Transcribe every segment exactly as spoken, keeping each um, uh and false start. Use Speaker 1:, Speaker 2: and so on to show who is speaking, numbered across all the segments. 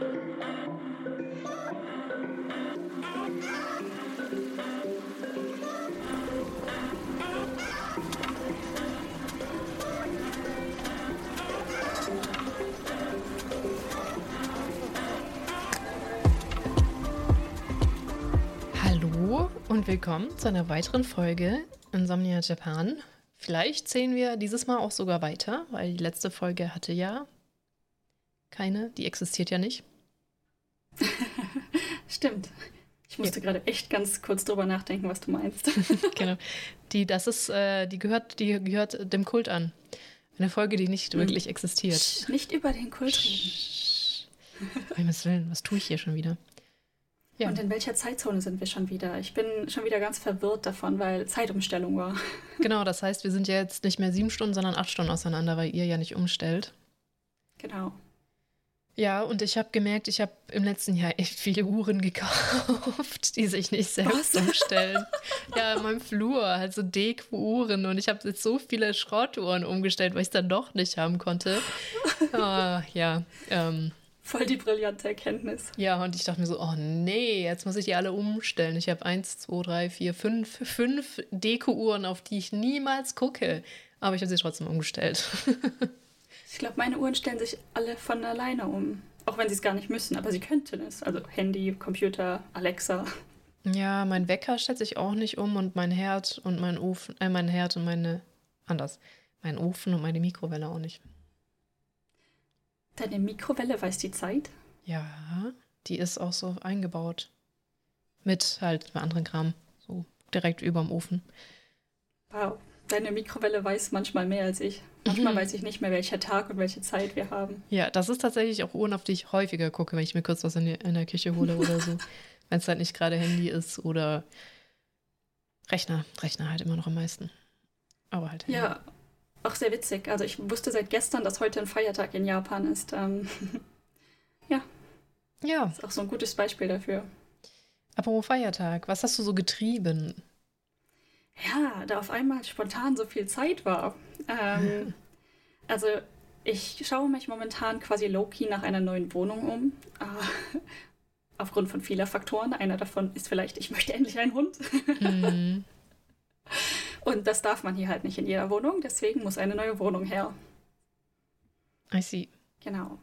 Speaker 1: Hallo und willkommen zu einer weiteren Folge Insomnia Japan. Vielleicht sehen wir dieses Mal auch sogar weiter, weil die letzte Folge hatte ja keine, die existiert ja nicht.
Speaker 2: Stimmt. Ich musste ja. gerade echt ganz kurz drüber nachdenken, was du meinst.
Speaker 1: Genau. Die, das ist, äh, die gehört, die gehört dem Kult an. Eine Folge, die nicht hm. wirklich existiert.
Speaker 2: Psst, nicht über den Kult reden.
Speaker 1: Um Himmels Willen, was tue ich hier schon wieder?
Speaker 2: Ja. Und in welcher Zeitzone sind wir schon wieder? Ich bin schon wieder ganz verwirrt davon, weil Zeitumstellung war.
Speaker 1: Genau, das heißt, wir sind ja jetzt nicht mehr sieben Stunden, sondern acht Stunden auseinander, weil ihr ja nicht umstellt.
Speaker 2: Genau.
Speaker 1: Ja, und ich habe gemerkt, ich habe im letzten Jahr echt viele Uhren gekauft, die sich nicht selbst Was? umstellen. Ja, in meinem Flur, halt so Deko-Uhren. Und ich habe jetzt so viele Schrottuhren umgestellt, weil ich es dann doch nicht haben konnte. Ah, ja, ähm...
Speaker 2: Voll die brillante Erkenntnis.
Speaker 1: Ja, und ich dachte mir so, oh nee, jetzt muss ich die alle umstellen. Ich habe eins, zwei, drei, vier, fünf, fünf Deko-Uhren, auf die ich niemals gucke. Aber ich habe sie trotzdem umgestellt.
Speaker 2: Ich glaube, meine Uhren stellen sich alle von alleine um. Auch wenn sie es gar nicht müssen, aber sie könnten es. Also Handy, Computer, Alexa.
Speaker 1: Ja, mein Wecker stellt sich auch nicht um und mein Herd und mein Ofen, äh, mein Herd und meine, anders, mein Ofen und meine Mikrowelle auch nicht.
Speaker 2: Deine Mikrowelle weiß die Zeit?
Speaker 1: Ja, die ist auch so eingebaut. Mit halt anderen Kram, so direkt überm Ofen.
Speaker 2: Wow, deine Mikrowelle weiß manchmal mehr als ich. Manchmal
Speaker 1: mhm.
Speaker 2: weiß ich nicht mehr, welcher Tag und welche Zeit wir haben.
Speaker 1: Ja, das ist tatsächlich auch Uhren, auf die ich häufiger gucke, wenn ich mir kurz was in, die, in der Küche hole oder so. Wenn es halt nicht gerade Handy ist oder Rechner. Rechner halt immer noch am meisten. Aber halt Handy.
Speaker 2: Ja, auch sehr witzig. Also ich wusste seit gestern, dass heute ein Feiertag in Japan ist. Ähm, ja.
Speaker 1: Ja.
Speaker 2: Das ist auch so ein gutes Beispiel dafür.
Speaker 1: Apropos Feiertag, was hast du so getrieben?
Speaker 2: Ja, da auf einmal spontan so viel Zeit war. Ähm, also ich schaue mich momentan quasi low-key nach einer neuen Wohnung um. Äh, aufgrund von vieler Faktoren. Einer davon ist vielleicht, ich möchte endlich einen Hund.
Speaker 1: Mhm.
Speaker 2: Und das darf man hier halt nicht in jeder Wohnung, deswegen muss eine neue Wohnung her.
Speaker 1: I see.
Speaker 2: Genau.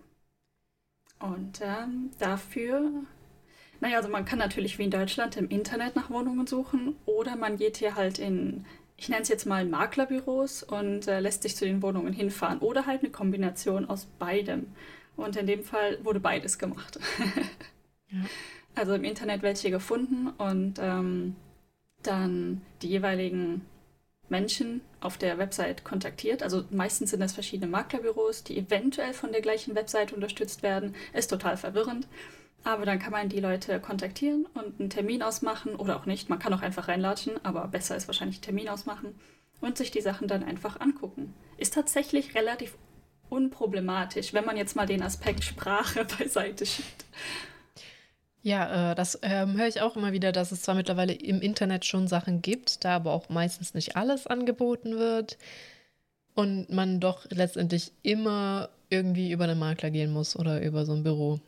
Speaker 2: Und ähm, dafür, naja, also man kann natürlich wie in Deutschland im Internet nach Wohnungen suchen oder man geht hier halt in, ich nenne es jetzt mal Maklerbüros und äh, lässt sich zu den Wohnungen hinfahren oder halt eine Kombination aus beidem. Und in dem Fall wurde beides gemacht.
Speaker 1: Ja.
Speaker 2: Also im Internet welche gefunden und ähm, dann die jeweiligen Menschen auf der Website kontaktiert. Also meistens sind das verschiedene Maklerbüros, die eventuell von der gleichen Website unterstützt werden. Ist total verwirrend. Aber dann kann man die Leute kontaktieren und einen Termin ausmachen oder auch nicht. Man kann auch einfach reinlatschen, aber besser ist wahrscheinlich einen Termin ausmachen und sich die Sachen dann einfach angucken. Ist tatsächlich relativ unproblematisch, wenn man jetzt mal den Aspekt Sprache beiseite schiebt.
Speaker 1: Ja, äh, das ähm, höre ich auch immer wieder, dass es zwar mittlerweile im Internet schon Sachen gibt, da aber auch meistens nicht alles angeboten wird und man doch letztendlich immer irgendwie über einen Makler gehen muss oder über so ein Büro.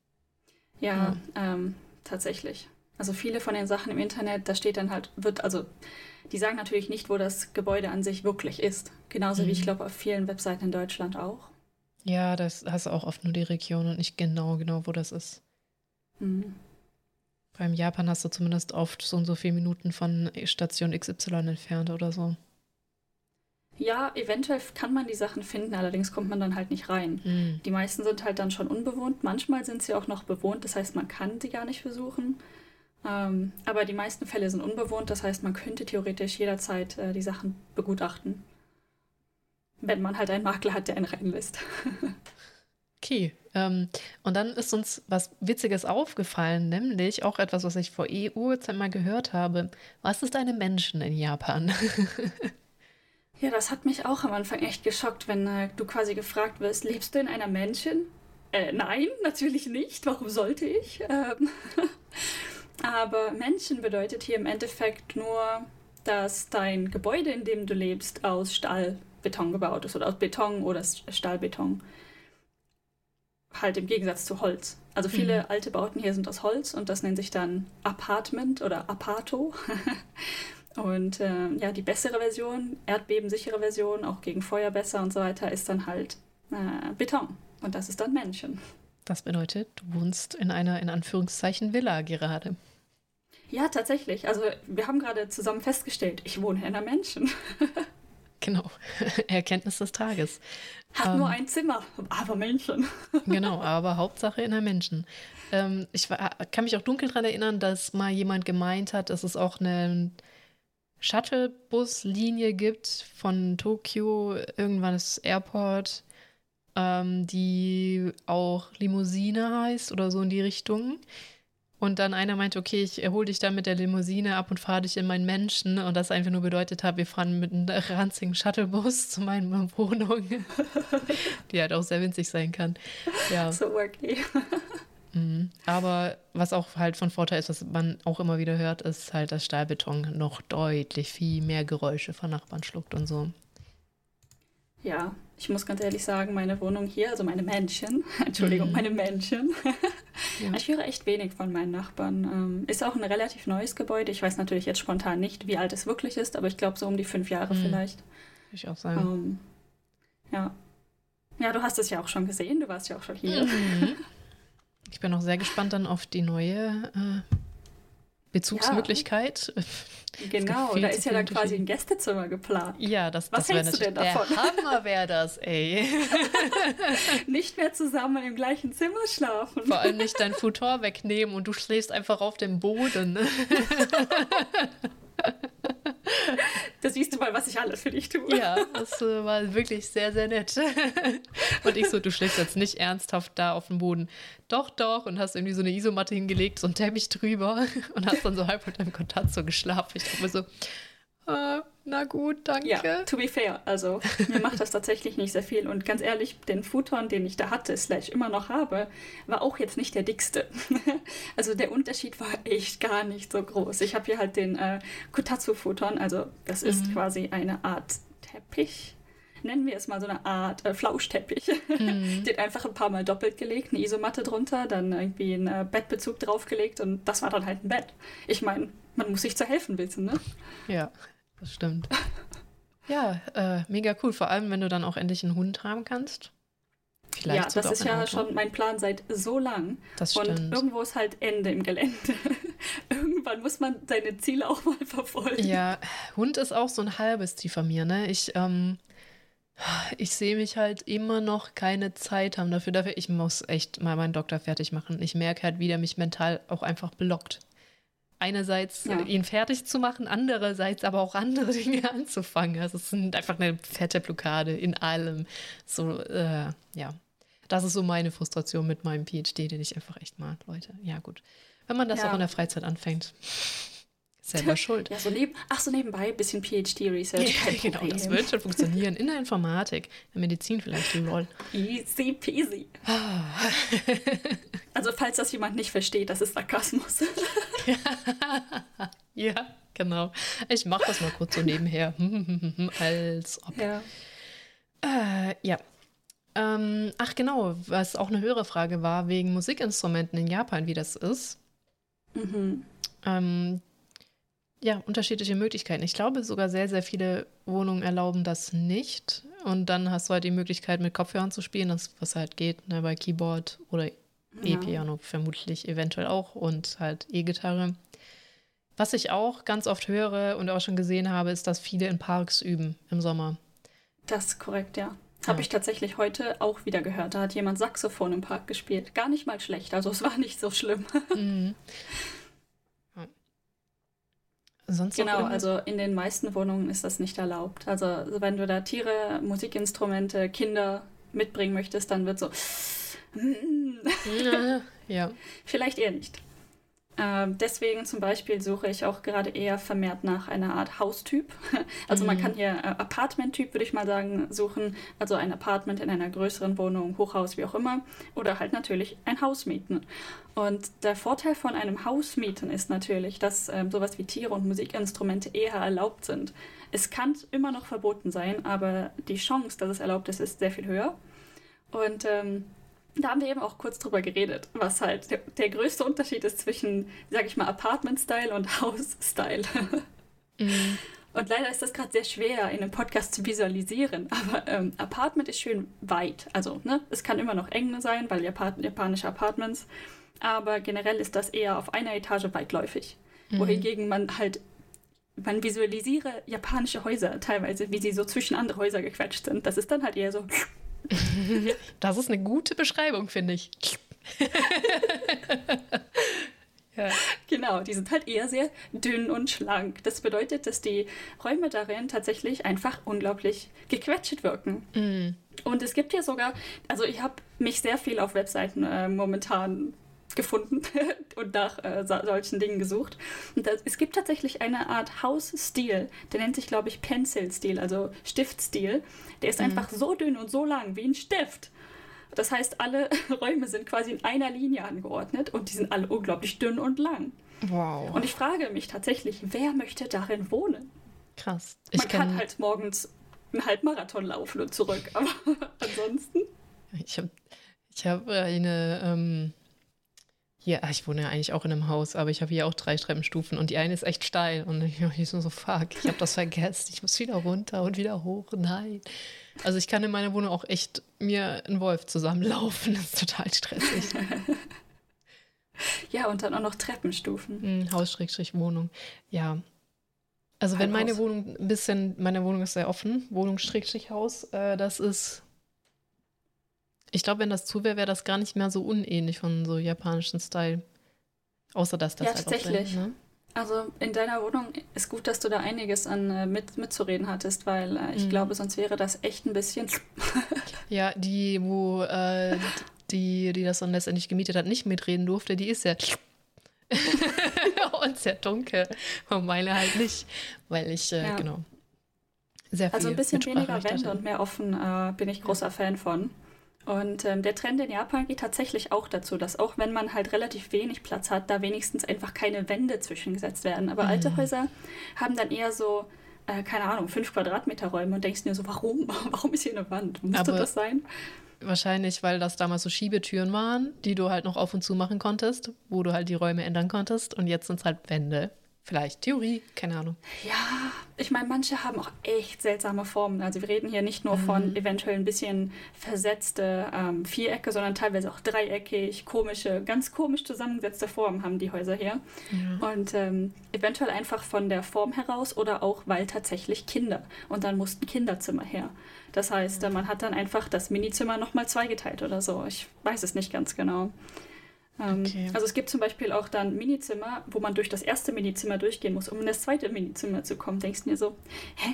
Speaker 2: Ja, ja. Ähm, tatsächlich. Also viele von den Sachen im Internet, da steht dann halt, wird, also die sagen natürlich nicht, wo das Gebäude an sich wirklich ist. Genauso mhm. wie ich glaube auf vielen Webseiten in Deutschland auch.
Speaker 1: Ja, das hast du auch oft nur die Region und nicht genau, genau, wo das ist.
Speaker 2: Mhm.
Speaker 1: Beim Japan hast du zumindest oft so und so viele Minuten von Station X Y entfernt oder so.
Speaker 2: Ja, eventuell kann man die Sachen finden, allerdings kommt man dann halt nicht rein.
Speaker 1: Mhm.
Speaker 2: Die meisten sind halt dann schon unbewohnt, manchmal sind sie auch noch bewohnt, das heißt, man kann sie gar nicht besuchen. Ähm, aber die meisten Fälle sind unbewohnt, das heißt, man könnte theoretisch jederzeit äh, die Sachen begutachten. Wenn man halt einen Makler hat, der einen reinlässt.
Speaker 1: Okay, ähm, und dann ist uns was Witziges aufgefallen, nämlich auch etwas, was ich vor E U-Zeit mal gehört habe. Was ist eine Menschen in Japan?
Speaker 2: Ja, das hat mich auch am Anfang echt geschockt, wenn äh, du quasi gefragt wirst, lebst du in einer Mansion? Äh, nein, natürlich nicht. Warum sollte ich? Ähm Aber Mansion bedeutet hier im Endeffekt nur, dass dein Gebäude, in dem du lebst, aus Stahlbeton gebaut ist oder aus Beton oder Stahlbeton. halt im Gegensatz zu Holz. Also viele
Speaker 1: Mhm.
Speaker 2: alte Bauten hier sind aus Holz und das nennt sich dann Apartment oder Apato. Und ähm, ja, die bessere Version, erdbebensichere Version, auch gegen Feuer besser und so weiter, ist dann halt äh, Beton. Und das ist dann Männchen.
Speaker 1: Das bedeutet, du wohnst in einer, in Anführungszeichen, Villa gerade.
Speaker 2: Ja, tatsächlich. Also wir haben gerade zusammen festgestellt, ich wohne in einer Männchen.
Speaker 1: Genau. Erkenntnis des Tages.
Speaker 2: Hat nur ein Zimmer, aber Männchen.
Speaker 1: Genau, aber Hauptsache in der Menschen. Ähm, ich war, kann mich auch dunkel daran erinnern, dass mal jemand gemeint hat, dass es auch eine Shuttlebus-Linie gibt von Tokio, irgendwann das Airport, ähm, die auch Limousine heißt oder so in die Richtung. Und dann einer meinte, okay, ich hole dich dann mit der Limousine ab und fahre dich in meinen Menschen. Und das einfach nur bedeutet hat, wir fahren mit einem ranzigen Shuttlebus zu meiner Wohnung, die halt auch sehr winzig sein kann. Ja.
Speaker 2: So okay.
Speaker 1: Mhm. Aber was auch halt von Vorteil ist, was man auch immer wieder hört, ist halt, dass Stahlbeton noch deutlich viel mehr Geräusche von Nachbarn schluckt und so.
Speaker 2: Ja, ich muss ganz ehrlich sagen, meine Wohnung hier, also meine Männchen, Entschuldigung,
Speaker 1: Mhm.
Speaker 2: meine Männchen,
Speaker 1: Ja.
Speaker 2: ich höre echt wenig von meinen Nachbarn. Ähm, ist auch ein relativ neues Gebäude. Ich weiß natürlich jetzt spontan nicht, wie alt es wirklich ist, aber ich glaube so um die fünf Jahre
Speaker 1: Mhm.
Speaker 2: vielleicht.
Speaker 1: Würde ich auch sagen.
Speaker 2: Ähm, ja. Ja, du hast es ja auch schon gesehen, du warst ja auch schon hier.
Speaker 1: Mhm. Ich bin auch sehr gespannt dann auf die neue äh, Bezugsmöglichkeit.
Speaker 2: Genau,
Speaker 1: viel
Speaker 2: da
Speaker 1: zu
Speaker 2: ist ja
Speaker 1: viel
Speaker 2: dann quasi ein
Speaker 1: Unterschied.
Speaker 2: Gästezimmer geplant.
Speaker 1: Ja, das,
Speaker 2: Was
Speaker 1: das wäre
Speaker 2: hältst du
Speaker 1: natürlich
Speaker 2: denn davon?
Speaker 1: der Hammer, wäre das, ey.
Speaker 2: Nicht mehr zusammen im gleichen Zimmer schlafen.
Speaker 1: Vor allem nicht dein Futon wegnehmen und du schläfst einfach auf dem Boden.
Speaker 2: Da siehst du mal, was ich alles für dich tue.
Speaker 1: Ja, das äh, war wirklich sehr, sehr nett. Und ich so, du schläfst jetzt nicht ernsthaft da auf dem Boden. Doch, doch. Und hast irgendwie so eine Isomatte hingelegt, so einen Teppich drüber und hast dann so halb mit deinem Kontakt so geschlafen. Ich dachte mir so, äh, na gut, danke.
Speaker 2: Ja, to be fair, also mir macht das tatsächlich nicht sehr viel. Und ganz ehrlich, den Futon, den ich da hatte, slash immer noch habe, war auch jetzt nicht der dickste. Also der Unterschied war echt gar nicht so groß. Ich habe hier halt den äh, Kotatsu-Futon, also das ist
Speaker 1: Mhm.
Speaker 2: quasi eine Art Teppich. Nennen wir es mal so eine Art äh, Flauschteppich.
Speaker 1: Mhm.
Speaker 2: Den einfach ein paar Mal doppelt gelegt, eine Isomatte drunter, dann irgendwie einen äh, Bettbezug draufgelegt und das war dann halt ein Bett. Ich meine, man muss sich zu helfen wissen, ne?
Speaker 1: Ja, das stimmt. Ja, äh, mega cool. Vor allem, wenn du dann auch endlich einen Hund haben kannst. Vielleicht
Speaker 2: Ja, das
Speaker 1: sogar
Speaker 2: ist
Speaker 1: auch ein
Speaker 2: ja
Speaker 1: Auto.
Speaker 2: schon mein Plan seit so lang.
Speaker 1: Das
Speaker 2: Und
Speaker 1: stimmt.
Speaker 2: irgendwo ist halt Ende im Gelände. Irgendwann muss man seine Ziele auch mal verfolgen.
Speaker 1: Ja, Hund ist auch so ein halbes Ziel von mir, ne? Ich, ähm, ich sehe mich halt immer noch keine Zeit haben dafür. Dafür, ich muss echt mal meinen Doktor fertig machen. Ich merke halt, wie der mich mental auch einfach blockt. Einerseits
Speaker 2: Ja.
Speaker 1: äh, ihn fertig zu machen, andererseits aber auch andere Dinge anzufangen. Also es ist einfach eine fette Blockade in allem. So, äh, ja. Das ist so meine Frustration mit meinem PhD, den ich einfach echt mag, Leute. Ja, gut. Wenn man das
Speaker 2: Ja.
Speaker 1: auch in der Freizeit anfängt, selber schuld.
Speaker 2: Ja, so neben, ach so nebenbei, bisschen PhD-Research.
Speaker 1: Ja, genau, das wird schon funktionieren. In der Informatik, in der Medizin vielleicht, lol.
Speaker 2: Easy peasy. Also falls das jemand nicht versteht, das ist Sarkasmus.
Speaker 1: Ja, genau. Ich mache das mal kurz so nebenher. Als ob.
Speaker 2: Ja.
Speaker 1: Äh, ja. Ähm, ach genau, was auch eine höhere Frage war, wegen Musikinstrumenten in Japan, wie das ist.
Speaker 2: Mhm.
Speaker 1: Ähm, ja, unterschiedliche Möglichkeiten. Ich glaube sogar sehr, sehr viele Wohnungen erlauben das nicht. Und dann hast du halt die Möglichkeit, mit Kopfhörern zu spielen, das, was halt geht, ne, bei Keyboard oder E-Piano vermutlich eventuell auch und halt E-Gitarre. Was ich auch ganz oft höre und auch schon gesehen habe, ist, dass viele in Parks üben im Sommer.
Speaker 2: Das ist korrekt, ja. Habe
Speaker 1: Ja.
Speaker 2: ich tatsächlich heute auch wieder gehört. Da hat jemand Saxophon im Park gespielt. Gar nicht mal schlecht, also es war nicht so schlimm.
Speaker 1: Mhm. Ja. Sonst noch
Speaker 2: Genau,
Speaker 1: irgendwas?
Speaker 2: also in den meisten Wohnungen ist das nicht erlaubt. Also wenn du da Tiere, Musikinstrumente, Kinder mitbringen möchtest, dann wird so,
Speaker 1: Ja, ja.
Speaker 2: vielleicht eher nicht. Ähm, deswegen zum Beispiel suche ich auch gerade eher vermehrt nach einer Art Haustyp. Also man
Speaker 1: Mhm.
Speaker 2: kann hier äh, Apartment-Typ, würde ich mal sagen, suchen. Also ein Apartment in einer größeren Wohnung, Hochhaus, wie auch immer. Oder halt natürlich ein Haus mieten. Und der Vorteil von einem Haus mieten ist natürlich, dass ähm, sowas wie Tiere und Musikinstrumente eher erlaubt sind. Es kann immer noch verboten sein, aber die Chance, dass es erlaubt ist, ist sehr viel höher. Und ähm, da haben wir eben auch kurz drüber geredet, was halt der, der größte Unterschied ist zwischen, sag ich mal, Apartment-Style und House-Style. Mhm. Und leider ist das gerade sehr schwer in einem Podcast zu visualisieren, aber ähm, Apartment ist schön weit. Also, ne, es kann immer noch eng sein, weil Japan japanische Apartments, aber generell ist das eher auf einer Etage weitläufig. Mhm. Wohingegen man halt, man visualisiere japanische Häuser teilweise, wie sie so zwischen andere Häuser gequetscht sind. Das ist dann halt eher so...
Speaker 1: Das ist eine gute Beschreibung, finde ich.
Speaker 2: Ja. Genau, die sind halt eher sehr dünn und schlank. Das bedeutet, dass die Räume darin tatsächlich einfach unglaublich gequetscht wirken. Mm. Und es gibt ja sogar, also ich habe mich sehr viel auf Webseiten äh, momentan gefunden und nach äh, so, solchen Dingen gesucht. Und das, es gibt tatsächlich eine Art Hausstil, der nennt sich, glaube ich, Pencil-Stil, also Stiftstil. Der ist mm. einfach so dünn und so lang wie ein Stift. Das heißt, alle Räume sind quasi in einer Linie angeordnet und die sind alle unglaublich dünn und lang.
Speaker 1: Wow.
Speaker 2: Und ich frage mich tatsächlich, wer möchte darin wohnen?
Speaker 1: Krass.
Speaker 2: Ich Man kann halt morgens einen Halbmarathon laufen und zurück, aber ansonsten...
Speaker 1: Ich habe ich hab eine... Ähm Hier, ich wohne ja eigentlich auch in einem Haus, aber ich habe hier auch drei Treppenstufen und die eine ist echt steil. Und ich bin so, fuck, ich habe das vergessen. Ich muss wieder runter und wieder hoch. Nein. Also ich kann in meiner Wohnung auch echt mir einen Wolf zusammenlaufen. Das ist total stressig.
Speaker 2: Ja, und dann auch noch Treppenstufen.
Speaker 1: Mhm, Haus-Wohnung. Ja. Also wenn meine Wohnung ein bisschen, meine Wohnung ist sehr offen, Wohnung-Haus, äh, das ist... Ich glaube, wenn das zu wäre, wäre das gar nicht mehr so unähnlich von so japanischen Style. Außer dass das
Speaker 2: ja,
Speaker 1: halt
Speaker 2: tatsächlich.
Speaker 1: auch drin, ne?
Speaker 2: Also in deiner Wohnung ist gut, dass du da einiges an äh, mit, mitzureden hattest, weil äh, ich mhm. glaube, sonst wäre das echt ein bisschen...
Speaker 1: Ja, die, wo äh, die, die das dann letztendlich gemietet hat, nicht mitreden durfte, die ist ja und sehr dunkel. Und meine halt nicht, weil ich, äh, ja. genau, sehr viel
Speaker 2: Also ein bisschen weniger Wände und mehr offen äh, bin ich großer ja. Fan von. Und ähm, der Trend in Japan geht tatsächlich auch dazu, dass auch wenn man halt relativ wenig Platz hat, da wenigstens einfach keine Wände zwischengesetzt werden. Aber mhm. alte Häuser haben dann eher so, äh, keine Ahnung, fünf Quadratmeter Räume und denkst dir so, warum? Warum ist hier eine Wand? Musste das sein?
Speaker 1: Wahrscheinlich, weil das damals so Schiebetüren waren, die du halt noch auf und zu machen konntest, wo du halt die Räume ändern konntest. Und jetzt sind es halt Wände. Vielleicht Theorie, keine Ahnung.
Speaker 2: Ja, ich meine, manche haben auch echt seltsame Formen. Also wir reden hier nicht nur mhm. von eventuell ein bisschen versetzte ähm, Vierecke, sondern teilweise auch dreieckig, komische, ganz komisch zusammengesetzte Formen haben die Häuser hier. Ja. Und ähm, eventuell einfach von der Form heraus oder auch, weil tatsächlich Kinder. Und dann mussten Kinderzimmer her. Das heißt, ja. man hat dann einfach das Minizimmer nochmal zweigeteilt oder so. Ich weiß es nicht ganz genau. Okay. Also es gibt zum Beispiel auch dann Minizimmer, wo man durch das erste Minizimmer durchgehen muss, um in das zweite Minizimmer zu kommen. Denkst du dir so, hä?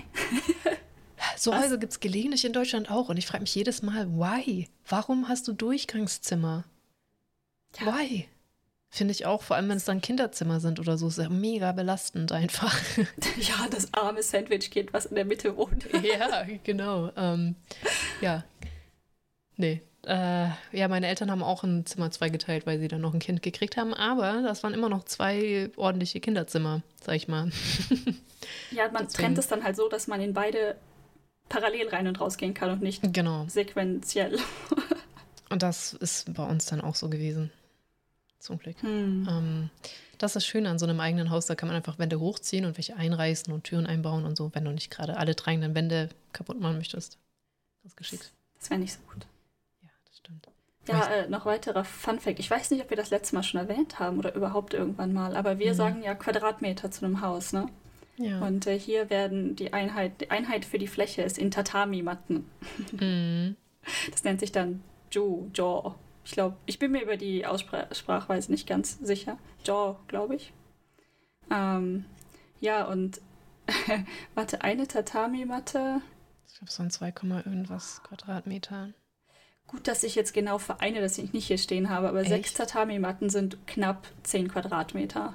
Speaker 1: So Häuser gibt es gelegentlich in Deutschland auch. Und ich frage mich jedes Mal, why? Warum hast du Durchgangszimmer? Ja. Why? Finde ich auch, vor allem wenn es dann Kinderzimmer sind oder so, ist ja mega belastend einfach.
Speaker 2: Ja, das arme Sandwich-Kind, was in der Mitte wohnt.
Speaker 1: Ja, genau. Ähm, ja, nee. Äh, ja, meine Eltern haben auch ein Zimmer zweigeteilt, weil sie dann noch ein Kind gekriegt haben. Aber das waren immer noch zwei ordentliche Kinderzimmer, sag ich mal.
Speaker 2: Ja, man Deswegen. trennt es dann halt so, dass man in beide parallel rein und rausgehen kann und nicht
Speaker 1: genau.
Speaker 2: sequenziell.
Speaker 1: Und das ist bei uns dann auch so gewesen. Zum Glück. Hm. Ähm, das ist schön an so einem eigenen Haus. Da kann man einfach Wände hochziehen und welche einreißen und Türen einbauen und so, wenn du nicht gerade alle drängenden Wände kaputt machen möchtest. Das ist geschickt.
Speaker 2: Das wäre nicht so gut.
Speaker 1: Stimmt.
Speaker 2: Ja, äh, noch weiterer Funfact. Ich weiß nicht, ob wir das letzte Mal schon erwähnt haben oder überhaupt irgendwann mal, aber wir mhm. sagen ja Quadratmeter zu einem Haus, ne?
Speaker 1: Ja.
Speaker 2: Und äh, hier werden die Einheit, die Einheit für die Fläche ist in Tatami-Matten. Mhm. Das nennt sich dann Ju, Jaw. Ich glaube, ich bin mir über die Aussprachweise nicht ganz sicher. Jaw, glaube ich. Ähm, ja, und warte, eine Tatami-Matte.
Speaker 1: Ich glaube, so ein zwei, irgendwas Quadratmeter.
Speaker 2: Gut, dass ich jetzt genau vereine, dass ich nicht hier stehen habe, aber Echt? sechs Tatami-Matten sind knapp zehn Quadratmeter.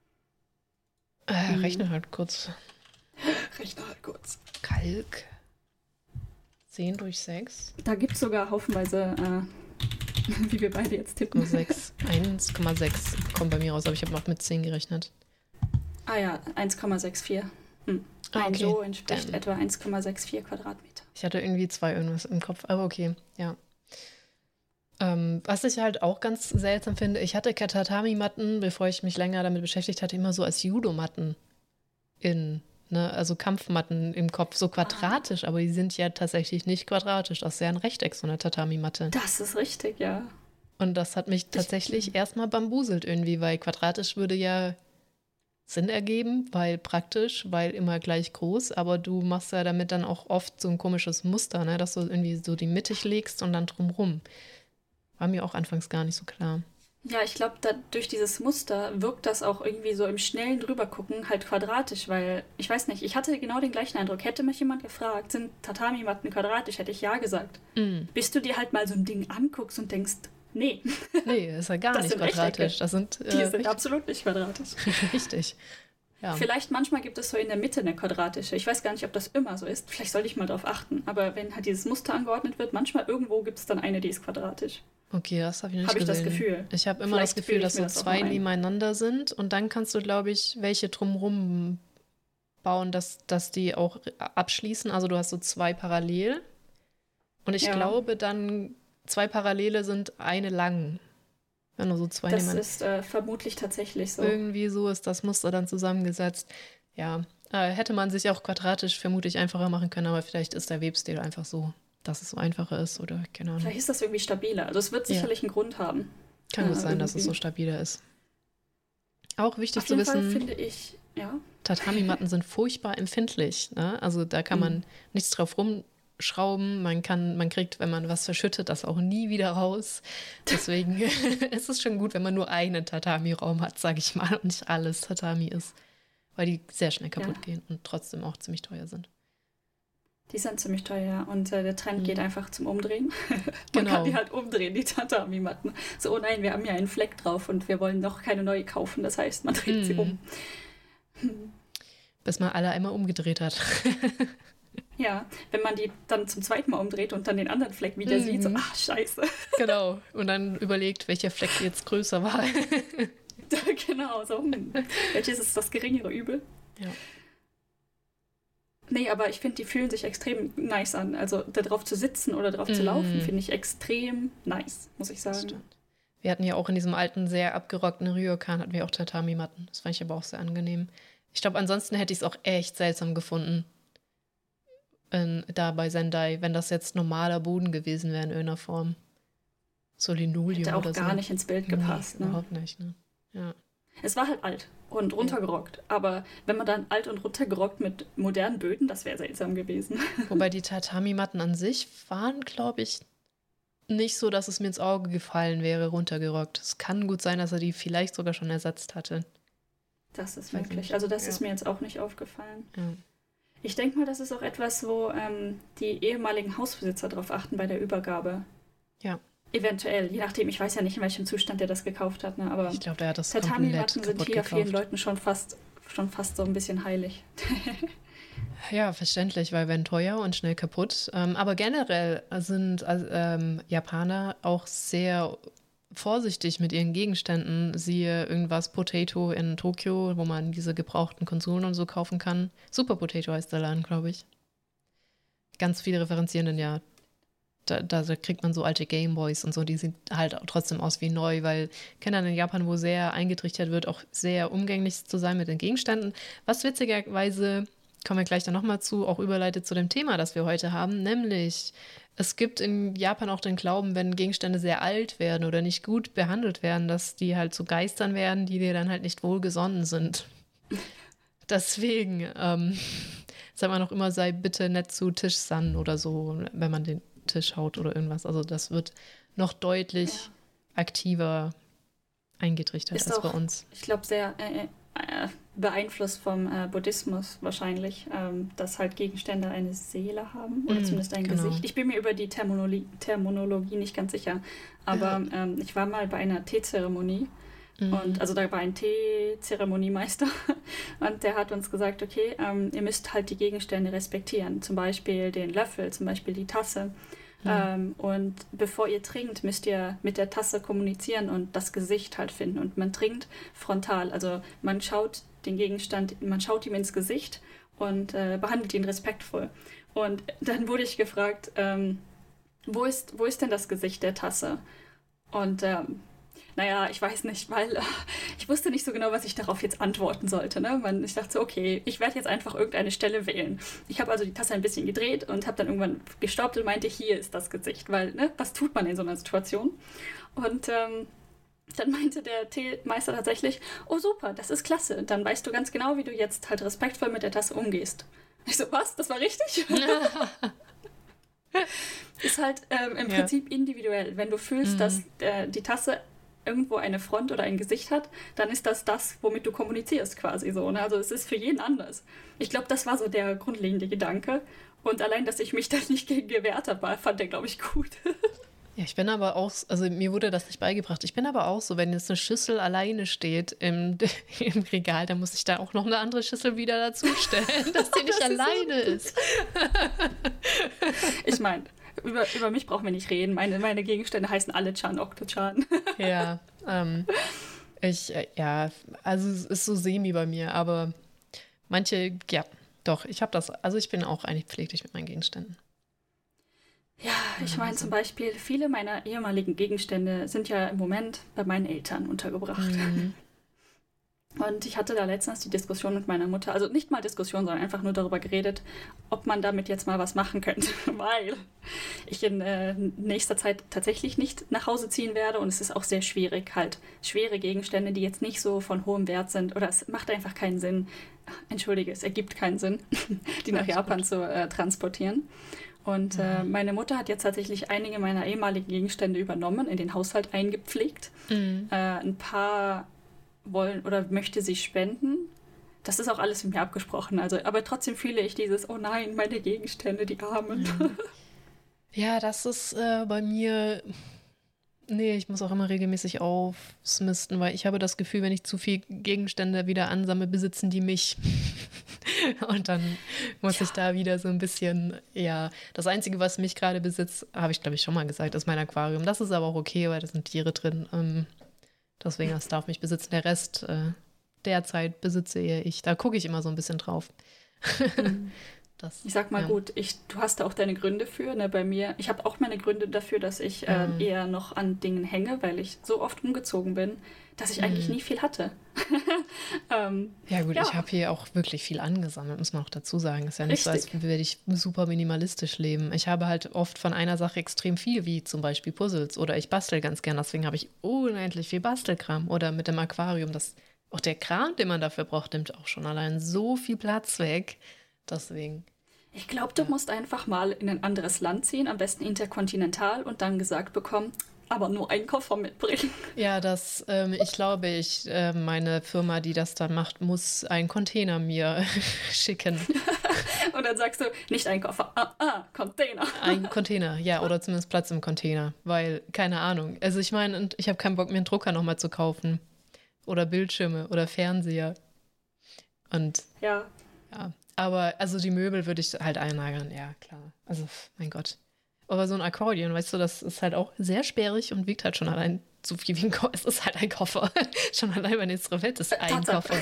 Speaker 1: Äh, hm. Rechne halt kurz.
Speaker 2: Rechne halt kurz.
Speaker 1: Kalk. zehn durch sechs.
Speaker 2: Da gibt es sogar haufenweise, äh, wie wir beide jetzt tippen.
Speaker 1: sechs. eins Komma sechs kommt bei mir raus, aber ich habe noch mit zehn gerechnet.
Speaker 2: Ah ja, eins Komma sechsundvierzig. Hm. Ein okay. Jo entspricht Dann. etwa eins Komma vierundsechzig Quadratmeter.
Speaker 1: Ich hatte irgendwie zwei irgendwas im Kopf, aber okay, ja. Ähm, was ich halt auch ganz seltsam finde, ich hatte Tatami-Matten, bevor ich mich länger damit beschäftigt hatte, immer so als Judo-Matten in, ne, also Kampfmatten im Kopf, so quadratisch, ah. aber die sind ja tatsächlich nicht quadratisch. Das ist ja ein Rechteck, so eine Tatami-Matte.
Speaker 2: Das ist richtig, ja.
Speaker 1: Und das hat mich tatsächlich ich, erstmal bambuselt irgendwie, weil quadratisch würde ja Sinn ergeben, weil praktisch, weil immer gleich groß, aber du machst ja damit dann auch oft so ein komisches Muster, ne, dass du irgendwie so die mittig legst und dann drumrum. War mir auch anfangs gar nicht so klar.
Speaker 2: Ja, ich glaube, durch dieses Muster wirkt das auch irgendwie so im schnellen Drübergucken halt quadratisch, weil, ich weiß nicht, ich hatte genau den gleichen Eindruck. Hätte mich jemand gefragt, sind Tatami-Matten quadratisch, hätte ich ja gesagt. Mm. Bis du dir halt mal so ein Ding anguckst und denkst, nee.
Speaker 1: Nee, ist ja gar das nicht quadratisch. Das sind,
Speaker 2: äh, Die sind richtig, absolut nicht quadratisch.
Speaker 1: Richtig. Ja.
Speaker 2: Vielleicht manchmal gibt es so in der Mitte eine quadratische. Ich weiß gar nicht, ob das immer so ist. Vielleicht sollte ich mal drauf achten. Aber wenn halt dieses Muster angeordnet wird, manchmal irgendwo gibt es dann eine, die ist quadratisch.
Speaker 1: Okay, das habe ich nicht
Speaker 2: hab
Speaker 1: gesehen.
Speaker 2: Habe ich das Gefühl.
Speaker 1: Ich habe immer Vielleicht das Gefühl, dass so das zwei nebeneinander sind und dann kannst du, glaube ich, welche drumrum bauen, dass, dass die auch abschließen. Also du hast so zwei parallel und ich ja. glaube dann, zwei parallele sind eine lang. Wenn du so zwei
Speaker 2: Das ist äh, vermutlich tatsächlich so.
Speaker 1: Irgendwie so ist das Muster dann zusammengesetzt. Ja, äh, hätte man sich auch quadratisch vermutlich einfacher machen können, aber vielleicht ist der Webstil einfach so, dass es so einfacher ist oder keine Ahnung.
Speaker 2: Vielleicht ist das irgendwie stabiler. Also es wird sicherlich ja. einen Grund haben.
Speaker 1: Kann gut ja, sein, irgendwie. Dass es so stabiler ist. Auch wichtig
Speaker 2: Auf
Speaker 1: zu
Speaker 2: jeden
Speaker 1: wissen,
Speaker 2: Fall finde ich, ja.
Speaker 1: Tatami-Matten sind furchtbar empfindlich. Ne? Also da kann man mhm. nichts drauf rumschrauben. Man kann, man kriegt, wenn man was verschüttet, das auch nie wieder raus. Deswegen ist es schon gut, wenn man nur einen Tatami-Raum hat, sage ich mal, und nicht alles Tatami ist. Weil die sehr schnell kaputt ja. gehen und trotzdem auch ziemlich teuer sind.
Speaker 2: Die sind ziemlich teuer und äh, der Trend mhm. geht einfach zum Umdrehen. Man
Speaker 1: genau.
Speaker 2: kann die halt umdrehen, die Tatami-Matten. So, oh nein, wir haben ja einen Fleck drauf und wir wollen noch keine neue kaufen. Das heißt, man dreht mhm. sie um.
Speaker 1: Bis man alle einmal umgedreht hat.
Speaker 2: Ja, wenn man die dann zum zweiten Mal umdreht und dann den anderen Fleck wieder mhm. sieht, so, ach, scheiße.
Speaker 1: Genau, und dann überlegt, welcher Fleck jetzt größer war.
Speaker 2: Genau, so, hm. welches ist das geringere Übel?
Speaker 1: Ja.
Speaker 2: Nee, aber ich finde, die fühlen sich extrem nice an. Also da drauf zu sitzen oder drauf mm. zu laufen, finde ich extrem nice, muss ich sagen.
Speaker 1: Wir hatten ja auch in diesem alten, sehr abgerockten Ryokan hatten wir auch Tatami-Matten. Das fand ich aber auch sehr angenehm. Ich glaube, ansonsten hätte ich es auch echt seltsam gefunden, in, da bei Sendai, wenn das jetzt normaler Boden gewesen wäre in irgendeiner Form. So Linoleum
Speaker 2: hätte auch
Speaker 1: oder
Speaker 2: gar
Speaker 1: so.
Speaker 2: nicht ins Bild gepasst.
Speaker 1: Nee,
Speaker 2: ne?
Speaker 1: Überhaupt nicht, ne? Ja.
Speaker 2: Es war halt alt und runtergerockt. Ja. Aber wenn man dann alt und runtergerockt mit modernen Böden, das wäre seltsam gewesen.
Speaker 1: Wobei die Tatami-Matten an sich waren, glaube ich, nicht so, dass es mir ins Auge gefallen wäre, runtergerockt. Es kann gut sein, dass er die vielleicht sogar schon ersetzt hatte.
Speaker 2: Das ist möglich. Also das ja. ist mir jetzt auch nicht aufgefallen.
Speaker 1: Ja.
Speaker 2: Ich denke mal, das ist auch etwas, wo ähm, die ehemaligen Hausbesitzer darauf achten bei der Übergabe.
Speaker 1: Ja.
Speaker 2: Eventuell, je nachdem, ich weiß ja nicht, in welchem Zustand der das gekauft hat, ne? Aber
Speaker 1: ich glaube, der hat das
Speaker 2: Tatami-Matten sind hier
Speaker 1: gekauft.
Speaker 2: vielen Leuten schon fast, schon fast so ein bisschen heilig.
Speaker 1: Ja, verständlich, weil wenn teuer und schnell kaputt. Ähm, aber generell sind ähm, Japaner auch sehr vorsichtig mit ihren Gegenständen. Siehe irgendwas Potato in Tokio, wo man diese gebrauchten Konsolen und so kaufen kann. Super Potato heißt der Laden, glaube ich. Ganz viele referenzieren den ja. Da, da kriegt man so alte Gameboys und so, die sehen halt trotzdem aus wie neu, weil Kindern in Japan, wo sehr eingetrichtert wird, auch sehr umgänglich zu sein mit den Gegenständen. Was witzigerweise, kommen wir gleich dann nochmal zu, auch überleitet zu dem Thema, das wir heute haben, nämlich es gibt in Japan auch den Glauben, wenn Gegenstände sehr alt werden oder nicht gut behandelt werden, dass die halt zu Geistern werden, die dir dann halt nicht wohlgesonnen sind. Deswegen ähm, sagt man auch immer, sei bitte nett zu Tischsan oder so, wenn man den Tisch haut oder irgendwas. Also das wird noch deutlich ja. aktiver eingetrichtert
Speaker 2: ist
Speaker 1: als
Speaker 2: auch,
Speaker 1: bei uns.
Speaker 2: Ich glaube, sehr äh, äh, beeinflusst vom äh, Buddhismus wahrscheinlich, ähm, dass halt Gegenstände eine Seele haben oder mm, zumindest ein
Speaker 1: genau.
Speaker 2: Gesicht. Ich bin mir über die Terminologie, Terminologie nicht ganz sicher, aber ja. ähm, ich war mal bei einer Teezeremonie mm. und also da war ein Teezeremoniemeister und der hat uns gesagt, okay, ähm, ihr müsst halt die Gegenstände respektieren, zum Beispiel den Löffel, zum Beispiel die Tasse. Ja. Ähm, und bevor ihr trinkt, müsst ihr mit der Tasse kommunizieren und das Gesicht halt finden. Und man trinkt frontal, also man schaut den Gegenstand, man schaut ihm ins Gesicht und äh, behandelt ihn respektvoll. Und dann wurde ich gefragt, ähm, wo ist, wo ist denn das Gesicht der Tasse? Und ähm, naja, ich weiß nicht, weil äh, ich wusste nicht so genau, was ich darauf jetzt antworten sollte. Ne? Man, ich dachte so, okay, ich werde jetzt einfach irgendeine Stelle wählen. Ich habe also die Tasse ein bisschen gedreht und habe dann irgendwann gestoppt und meinte, hier ist das Gesicht. Weil, ne, was tut man in so einer Situation? Und ähm, dann meinte der Teemeister tatsächlich, oh super, das ist klasse. Dann weißt du ganz genau, wie du jetzt halt respektvoll mit der Tasse umgehst. Ich so, was? Das war richtig? Ist halt ähm, im ja. Prinzip individuell. Wenn du fühlst, mhm. dass äh, die Tasse irgendwo eine Front oder ein Gesicht hat, dann ist das das, womit du kommunizierst quasi so. Ne? Also es ist für jeden anders. Ich glaube, das war so der grundlegende Gedanke. Und allein, dass ich mich da nicht gegen gewehrt habe, fand der, glaube ich, gut.
Speaker 1: Ja, ich bin aber auch, also mir wurde das nicht beigebracht. Ich bin aber auch so, wenn jetzt eine Schüssel alleine steht im, im Regal, dann muss ich da auch noch eine andere Schüssel wieder dazustellen, dass die nicht das alleine ist. ist.
Speaker 2: Ich meine, über, über mich brauchen wir nicht reden. Meine, meine Gegenstände heißen alle Chan Okto-chan.
Speaker 1: Ja, ähm, ich, äh, ja, also es ist so semi bei mir, aber manche, ja, doch, ich habe das, also ich bin auch eigentlich pfleglich mit meinen Gegenständen.
Speaker 2: Ja, ich meine zum Beispiel, viele meiner ehemaligen Gegenstände sind ja im Moment bei meinen Eltern untergebracht. Mhm. Und ich hatte da letztens die Diskussion mit meiner Mutter, also nicht mal Diskussion, sondern einfach nur darüber geredet, ob man damit jetzt mal was machen könnte, weil ich in äh, nächster Zeit tatsächlich nicht nach Hause ziehen werde und es ist auch sehr schwierig, halt schwere Gegenstände, die jetzt nicht so von hohem Wert sind oder es macht einfach keinen Sinn, entschuldige, es ergibt keinen Sinn, die nach Japan zu äh, transportieren. Und äh, meine Mutter hat jetzt tatsächlich einige meiner ehemaligen Gegenstände übernommen, in den Haushalt eingepflegt. Mhm. Äh, ein paar wollen oder möchte sie spenden. Das ist auch alles mit mir abgesprochen. Also, aber trotzdem fühle ich dieses, oh nein, meine Gegenstände, die Armen.
Speaker 1: Mhm. Ja, das ist äh, bei mir... Nee, ich muss auch immer regelmäßig ausmisten, weil ich habe das Gefühl, wenn ich zu viel Gegenstände wieder ansammle, besitzen die mich. Und dann muss ja. ich da wieder so ein bisschen, ja, das Einzige, was mich gerade besitzt, habe ich, glaube ich, schon mal gesagt, ist mein Aquarium. Das ist aber auch okay, weil da sind Tiere drin. Ähm, deswegen, das darf mich besitzen. Der Rest äh, derzeit besitze eher ich. Da gucke ich immer so ein bisschen drauf.
Speaker 2: Mhm. Das, ich sag mal ja. gut, ich, du hast da auch deine Gründe für. Ne? Bei mir, ich habe auch meine Gründe dafür, dass ich äh, mhm. eher noch an Dingen hänge, weil ich so oft umgezogen bin, dass ich mhm. eigentlich nie viel hatte. ähm,
Speaker 1: ja gut,
Speaker 2: ja.
Speaker 1: ich habe hier auch wirklich viel angesammelt, muss man auch dazu sagen. Ist ja nicht Richtig. So, als würde ich super minimalistisch leben. Ich habe halt oft von einer Sache extrem viel, wie zum Beispiel Puzzles oder ich bastel ganz gern, deswegen habe ich unendlich viel Bastelkram oder mit dem Aquarium. Das, auch der Kram, den man dafür braucht, nimmt auch schon allein so viel Platz weg. Deswegen.
Speaker 2: Ich glaube, du
Speaker 1: ja.
Speaker 2: musst einfach mal in ein anderes Land ziehen, am besten interkontinental und dann gesagt bekommen, aber nur einen Koffer mitbringen.
Speaker 1: Ja, das, ähm, ich glaube, ich, äh, meine Firma, die das dann macht, muss einen Container mir schicken.
Speaker 2: Und dann sagst du, nicht ein Koffer, ah, ah, Container.
Speaker 1: Ein Container, ja, oder zumindest Platz im Container, weil, keine Ahnung, also ich meine, ich habe keinen Bock, mir einen Drucker nochmal zu kaufen oder Bildschirme oder Fernseher und
Speaker 2: ja,
Speaker 1: ja. Aber also die Möbel würde ich halt einlagern, ja, klar. Also, mein Gott. Aber so ein Akkordeon, weißt du, das ist halt auch sehr sperrig und wiegt halt schon allein so viel wie ein Koffer. Es ist halt ein Koffer. Schon allein mein Instrument ist ein Koffer.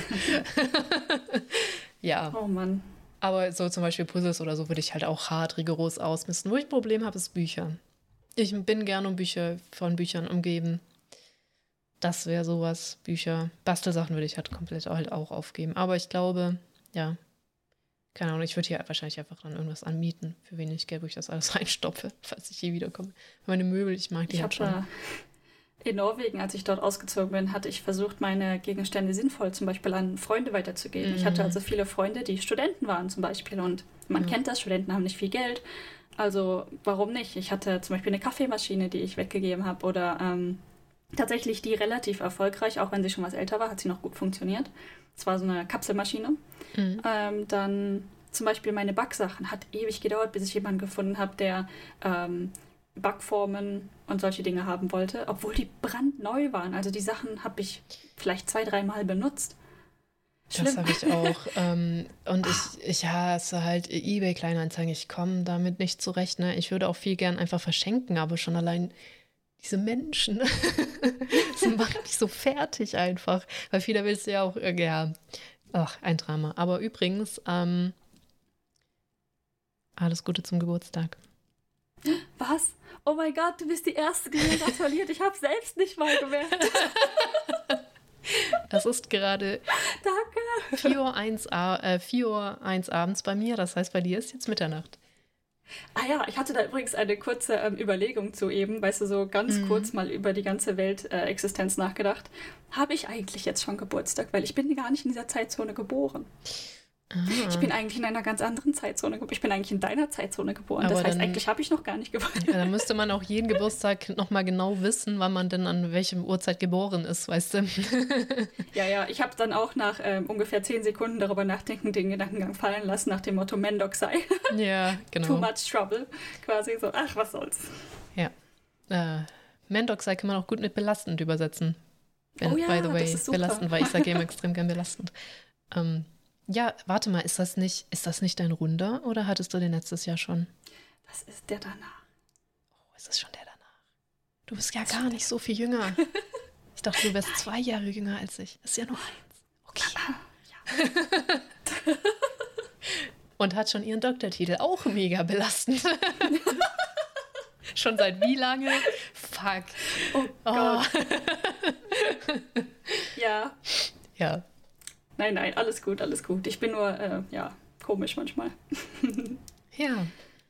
Speaker 1: Ja.
Speaker 2: Oh Mann.
Speaker 1: Aber so zum Beispiel Puzzles oder so würde ich halt auch hart rigoros ausmisten. Wo ich ein Problem habe, ist Bücher. Ich bin gerne um Bücher, von Büchern umgeben. Das wäre sowas, Bücher. Bastelsachen würde ich halt komplett halt auch aufgeben. Aber ich glaube, ja, keine Ahnung, ich würde hier wahrscheinlich einfach dann irgendwas anmieten, für wenig Geld, wo ich das alles reinstopfe, falls ich je wiederkomme. Meine Möbel, ich mag die
Speaker 2: ich
Speaker 1: halt schon.
Speaker 2: Äh, in Norwegen, als ich dort ausgezogen bin, hatte ich versucht, meine Gegenstände sinnvoll zum Beispiel an Freunde weiterzugeben. Mm. Ich hatte also viele Freunde, die Studenten waren zum Beispiel und man ja. kennt das, Studenten haben nicht viel Geld, also warum nicht? Ich hatte zum Beispiel eine Kaffeemaschine, die ich weggegeben habe oder ähm, tatsächlich die relativ erfolgreich, auch wenn sie schon was älter war, hat sie noch gut funktioniert. Es war so eine Kapselmaschine. Mhm. Ähm, dann zum Beispiel meine Backsachen. Hat ewig gedauert, bis ich jemanden gefunden habe, der ähm, Backformen und solche Dinge haben wollte, obwohl die brandneu waren. Also die Sachen habe ich vielleicht zwei, dreimal benutzt. Schlimm.
Speaker 1: Das habe ich auch. ähm, und ich, ich hasse halt eBay-Kleinanzeigen. Ich komme damit nicht zurecht. Ne? Ich würde auch viel gern einfach verschenken, aber schon allein diese Menschen, das macht mich so fertig einfach. Weil viele willst du ja auch, ja, ach, ein Drama. Aber übrigens, ähm, alles Gute zum Geburtstag.
Speaker 2: Was? Oh mein Gott, du bist die Erste, die mir gratuliert. Ich habe selbst nicht mal gemerkt.
Speaker 1: Das ist gerade
Speaker 2: Danke.
Speaker 1: vier Uhr eins, äh, vier Uhr eins abends bei mir. Das heißt, bei dir ist jetzt Mitternacht.
Speaker 2: Ah ja, ich hatte da übrigens eine kurze ähm, Überlegung zu eben, weißt du, so ganz
Speaker 1: Mhm.
Speaker 2: kurz mal über die ganze Weltexistenz äh, Existenz nachgedacht. Habe ich eigentlich jetzt schon Geburtstag? Weil ich bin gar nicht in dieser Zeitzone geboren. Ich
Speaker 1: Ah.
Speaker 2: bin eigentlich in einer ganz anderen Zeitzone geboren. Ich bin eigentlich in deiner Zeitzone geboren.
Speaker 1: Aber
Speaker 2: das heißt,
Speaker 1: dann-
Speaker 2: eigentlich habe ich noch gar nicht geboren.
Speaker 1: Ja, dann müsste man auch jeden Geburtstag nochmal genau wissen, wann man denn an welchem Uhrzeit geboren ist, weißt du?
Speaker 2: Ja, ja, ich habe dann auch nach ähm, ungefähr zehn Sekunden darüber nachdenken, den Gedankengang fallen lassen, nach dem Motto Mendoc sei.
Speaker 1: Ja,
Speaker 2: Too
Speaker 1: genau.
Speaker 2: much trouble. Quasi so, ach, was soll's.
Speaker 1: Ja. Äh, Mendoc-sei kann man auch gut mit belastend übersetzen.
Speaker 2: Oh ja,
Speaker 1: By the way,
Speaker 2: das ist super.
Speaker 1: belastend, weil ich sage eben extrem gern belastend. Ähm, ja, warte mal, ist das nicht, ist das nicht dein Runder oder hattest du den letztes Jahr schon?
Speaker 2: Das ist der danach.
Speaker 1: Oh, ist es schon der danach? Du bist ja gar nicht so viel jünger. Ich dachte, du wärst zwei Jahre jünger als ich. Ist ja nur eins. Okay. Und hat schon ihren Doktortitel. Auch mega belastend. Schon seit wie lange? Fuck.
Speaker 2: Oh
Speaker 1: Oh.
Speaker 2: Gott. Ja.
Speaker 1: Ja.
Speaker 2: Nein, nein, alles gut, alles gut. Ich bin nur, äh, ja, komisch manchmal.
Speaker 1: Ja.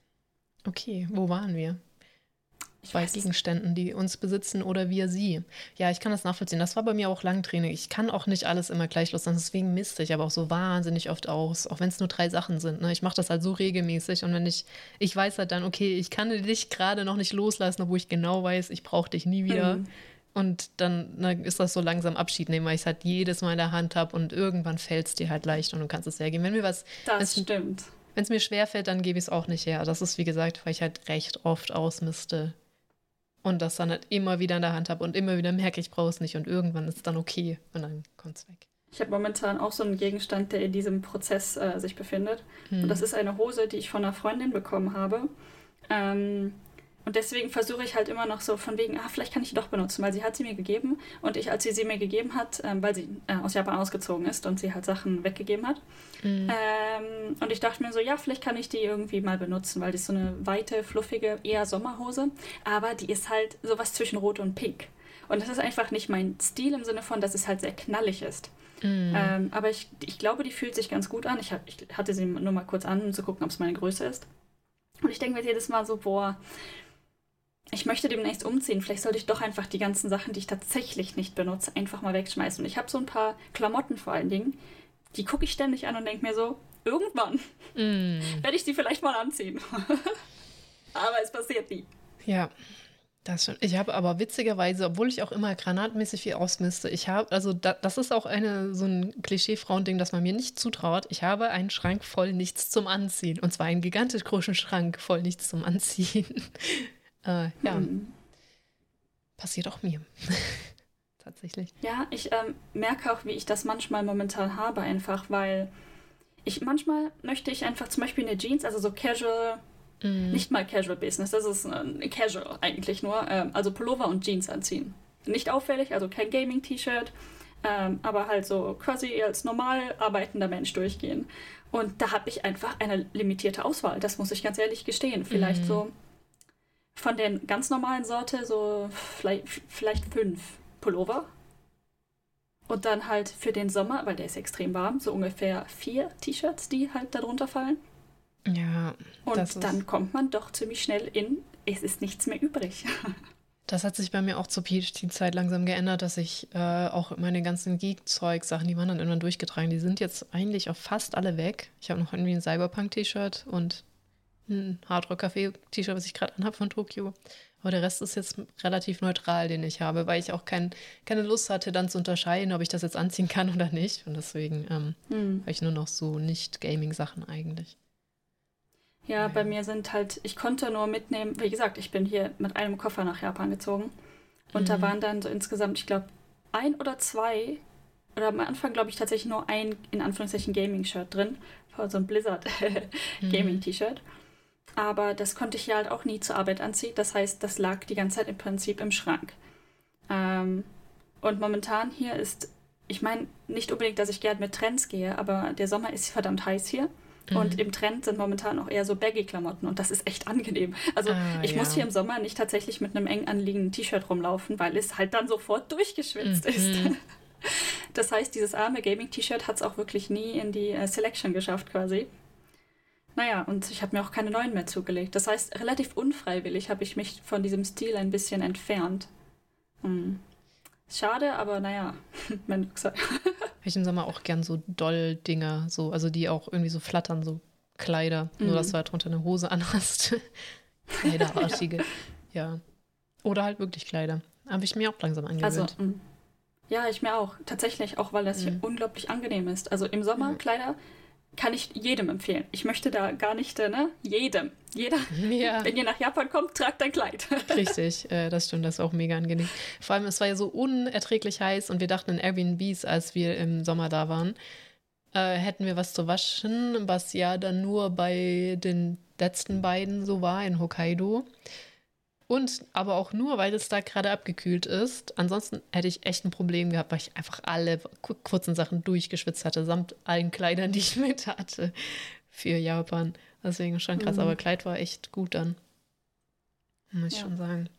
Speaker 1: Okay, wo waren wir?
Speaker 2: Ich
Speaker 1: Bei
Speaker 2: weiß es
Speaker 1: Gegenständen, die uns besitzen oder wir sie. Ja, ich kann das nachvollziehen. Das war bei mir auch Langtraining. Ich kann auch nicht alles immer gleich loslassen. Deswegen misste ich aber auch so wahnsinnig oft aus. Auch wenn es nur drei Sachen sind. Ne? Ich mache das halt so regelmäßig. Und wenn ich, ich weiß halt dann, okay, ich kann dich gerade noch nicht loslassen, obwohl ich genau weiß, ich brauche dich nie wieder.
Speaker 2: Mhm.
Speaker 1: Und dann ne, ist das so langsam Abschied nehmen, weil ich es halt jedes Mal in der Hand habe und irgendwann fällt es dir halt leicht und du kannst es hergeben. Wenn mir was,
Speaker 2: Das
Speaker 1: wenn's-
Speaker 2: stimmt.
Speaker 1: wenn es mir schwerfällt, dann gebe ich es auch nicht her. Das ist, wie gesagt, weil ich halt recht oft ausmiste und das dann halt immer wieder in der Hand habe und immer wieder merke, ich brauche es nicht und irgendwann ist es dann okay und dann kommt es weg.
Speaker 2: Ich habe momentan auch so einen Gegenstand, der in diesem Prozess äh, sich befindet.
Speaker 1: Hm.
Speaker 2: Und das ist eine Hose, die ich von einer Freundin bekommen habe. Ähm, und deswegen versuche ich halt immer noch so von wegen, ah, vielleicht kann ich die doch benutzen, weil sie hat sie mir gegeben. Und ich, als sie sie mir gegeben hat, ähm, weil sie äh, aus Japan ausgezogen ist und sie halt Sachen weggegeben hat.
Speaker 1: Hm.
Speaker 2: Ähm, und ich dachte mir so, ja, vielleicht kann ich die irgendwie mal benutzen, weil die ist so eine weite, fluffige, eher Sommerhose. Aber die ist halt sowas zwischen Rot und Pink. Und das ist einfach nicht mein Stil im Sinne von, dass es halt sehr knallig ist.
Speaker 1: Hm.
Speaker 2: Ähm, aber ich, ich glaube, die fühlt sich ganz gut an. Ich, hab, ich hatte sie nur mal kurz an, um zu gucken, ob es meine Größe ist. Und ich denke mir jedes Mal so, boah, ich möchte demnächst umziehen. Vielleicht sollte ich doch einfach die ganzen Sachen, die ich tatsächlich nicht benutze, einfach mal wegschmeißen. Und ich habe so ein paar Klamotten vor allen Dingen, die gucke ich ständig an und denke mir so, irgendwann
Speaker 1: Hm.
Speaker 2: werde ich die vielleicht mal anziehen. Aber es passiert nie.
Speaker 1: Ja, das schon. Ich habe aber witzigerweise, obwohl ich auch immer granatmäßig viel ausmiste, ich habe, also da, das ist auch eine so ein Klischee-Frauending, das man mir nicht zutraut. Ich habe einen Schrank voll nichts zum Anziehen. Und zwar einen gigantisch großen Schrank voll nichts zum Anziehen. äh, ja,
Speaker 2: Hm.
Speaker 1: passiert auch mir. Tatsächlich.
Speaker 2: Ja, ich ähm, merke auch, wie ich das manchmal momentan habe, einfach, weil ich manchmal möchte ich einfach zum Beispiel eine Jeans, also so casual,
Speaker 1: Mm.
Speaker 2: nicht mal casual Business, das ist äh, casual eigentlich nur, ähm, also Pullover und Jeans anziehen. Nicht auffällig, also kein Gaming-T-Shirt, ähm, aber halt so quasi als normal arbeitender Mensch durchgehen. Und da habe ich einfach eine limitierte Auswahl, das muss ich ganz ehrlich gestehen. Vielleicht
Speaker 1: Mhm.
Speaker 2: so von der ganz normalen Sorte so vielleicht, vielleicht fünf Pullover. Und dann halt für den Sommer, weil der ist extrem warm, so ungefähr vier T-Shirts, die halt darunter fallen.
Speaker 1: Ja,
Speaker 2: Und
Speaker 1: das ist,
Speaker 2: dann kommt man doch ziemlich schnell in, es ist nichts mehr übrig.
Speaker 1: das hat sich bei mir auch zur PhD-Zeit langsam geändert, dass ich äh, auch meine ganzen Geek-Zeug-Sachen, die waren dann irgendwann durchgetragen. Die sind jetzt eigentlich auch fast alle weg. Ich habe noch irgendwie ein Cyberpunk-T-Shirt und ein Hardrock-Café-T-Shirt, was ich gerade anhabe von Tokio. Aber der Rest ist jetzt relativ neutral, den ich habe, weil ich auch kein, keine Lust hatte, dann zu unterscheiden, ob ich das jetzt anziehen kann oder nicht. Und deswegen ähm,
Speaker 2: Hm.
Speaker 1: habe ich nur noch so nicht-Gaming-Sachen eigentlich.
Speaker 2: Ja,
Speaker 1: Ja.
Speaker 2: bei mir sind halt, ich konnte nur mitnehmen, wie gesagt, ich bin hier mit einem Koffer nach Japan gezogen. Und da
Speaker 1: Mhm.
Speaker 2: waren dann so insgesamt, ich glaube, ein oder zwei, oder am Anfang glaube ich tatsächlich nur ein, in Anführungszeichen, Gaming-Shirt drin. War so ein Blizzard-Gaming-T-Shirt. Aber das konnte ich ja halt auch nie zur Arbeit anziehen. Das heißt, das lag die ganze Zeit im Prinzip im Schrank. Ähm, und momentan hier ist, ich meine, nicht unbedingt, dass ich gerne mit Trends gehe, aber der Sommer ist verdammt heiß hier. Und
Speaker 1: Mhm.
Speaker 2: im Trend sind momentan auch eher so Baggy-Klamotten und das ist echt angenehm. Also
Speaker 1: Ah,
Speaker 2: ich muss
Speaker 1: ja.
Speaker 2: hier im Sommer nicht tatsächlich mit einem eng anliegenden T-Shirt rumlaufen, weil es halt dann sofort durchgeschwitzt ist.
Speaker 1: Mhm.
Speaker 2: Das heißt, dieses arme Gaming-T-Shirt hat es auch wirklich nie in die äh, Selection geschafft quasi. Naja, und ich habe mir auch keine neuen mehr zugelegt. Das heißt, relativ unfreiwillig habe ich mich von diesem Stil ein bisschen entfernt. Hm. Schade, aber naja, mein Rucksack.
Speaker 1: Ich im Sommer auch gern so Doll-Dinger, so, also die auch irgendwie so flattern, so Kleider, nur dass
Speaker 2: Mm.
Speaker 1: du halt drunter eine Hose anhast. Kleiderartige. Ja. Oder halt wirklich Kleider. Habe ich mir auch langsam
Speaker 2: Also,
Speaker 1: angewöhnt.
Speaker 2: mm. ja, ich mir auch. Tatsächlich, auch weil das hier
Speaker 1: Mhm.
Speaker 2: unglaublich angenehm ist. Also im Sommer
Speaker 1: Mhm.
Speaker 2: Kleider kann ich jedem empfehlen. Ich möchte da gar nicht, äh, ne? Jedem. Jeder,
Speaker 1: Ja,
Speaker 2: wenn ihr nach Japan kommt, tragt ein Kleid.
Speaker 1: richtig. Äh, das stimmt, das ist auch mega angenehm. Vor allem, es war ja so unerträglich heiß und wir dachten in Airbnbs, als wir im Sommer da waren, äh, hätten wir was zu waschen, was ja dann nur bei den letzten beiden so war in Hokkaido. Und aber auch nur, weil es da gerade abgekühlt ist. Ansonsten hätte ich echt ein Problem gehabt, weil ich einfach alle ku- kurzen Sachen durchgeschwitzt hatte, samt allen Kleidern, die ich mit hatte für Japan. Deswegen schon krass, aber
Speaker 2: Mhm.
Speaker 1: Kleid war echt gut dann, muss ich
Speaker 2: Ja.
Speaker 1: schon sagen.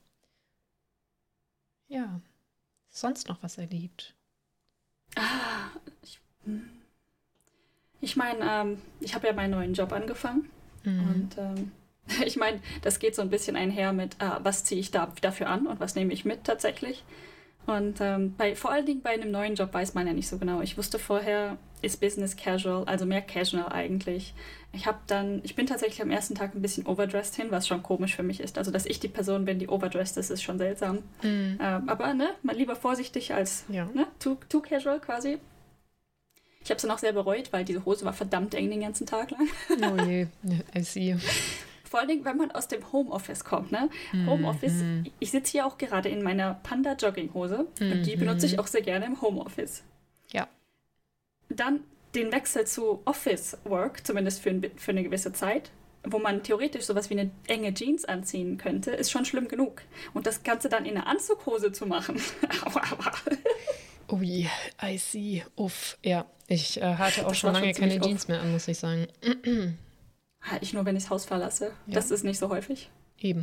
Speaker 1: Ja, sonst noch was erlebt?
Speaker 2: Ah, ich, hm. ich meine, ähm, ich habe ja meinen neuen Job angefangen.
Speaker 1: Mhm.
Speaker 2: Und ähm, ich meine, das geht so ein bisschen einher mit, äh, was ziehe ich da, dafür an und was nehme ich mit tatsächlich. Und ähm, bei, vor allen Dingen bei einem neuen Job weiß man ja nicht so genau. Ich wusste vorher, ist Business Casual, also mehr Casual eigentlich. Ich habe dann, ich bin tatsächlich am ersten Tag ein bisschen overdressed hin, was schon komisch für mich ist. Also, dass ich die Person bin, die overdressed ist, ist schon seltsam.
Speaker 1: Mhm.
Speaker 2: Ähm, aber ne, mal lieber vorsichtig als
Speaker 1: Ja.
Speaker 2: ne, too, too casual quasi. Ich habe es dann auch sehr bereut, weil diese Hose war verdammt eng den ganzen Tag lang.
Speaker 1: Oh je, I see.
Speaker 2: Vor allen Dingen, wenn man aus dem Homeoffice kommt. Ne? Homeoffice,
Speaker 1: Mhm.
Speaker 2: ich sitze hier auch gerade in meiner Panda-Jogginghose und die
Speaker 1: Mhm.
Speaker 2: benutze ich auch sehr gerne im Homeoffice.
Speaker 1: Ja.
Speaker 2: Dann den Wechsel zu Office-Work, zumindest für, ein, für eine gewisse Zeit, wo man theoretisch sowas wie eine enge Jeans anziehen könnte, ist schon schlimm genug. Und das Ganze dann in eine Anzughose zu machen. Aua, aua.
Speaker 1: Oh je, I see. Uff, ja. Ich äh, hatte auch
Speaker 2: Das
Speaker 1: schon
Speaker 2: war schon
Speaker 1: lange keine
Speaker 2: ziemlich
Speaker 1: Jeans mehr an, muss ich sagen.
Speaker 2: Ha, Ich nur, wenn ich das Haus verlasse.
Speaker 1: Ja.
Speaker 2: Das ist nicht so häufig.
Speaker 1: Eben.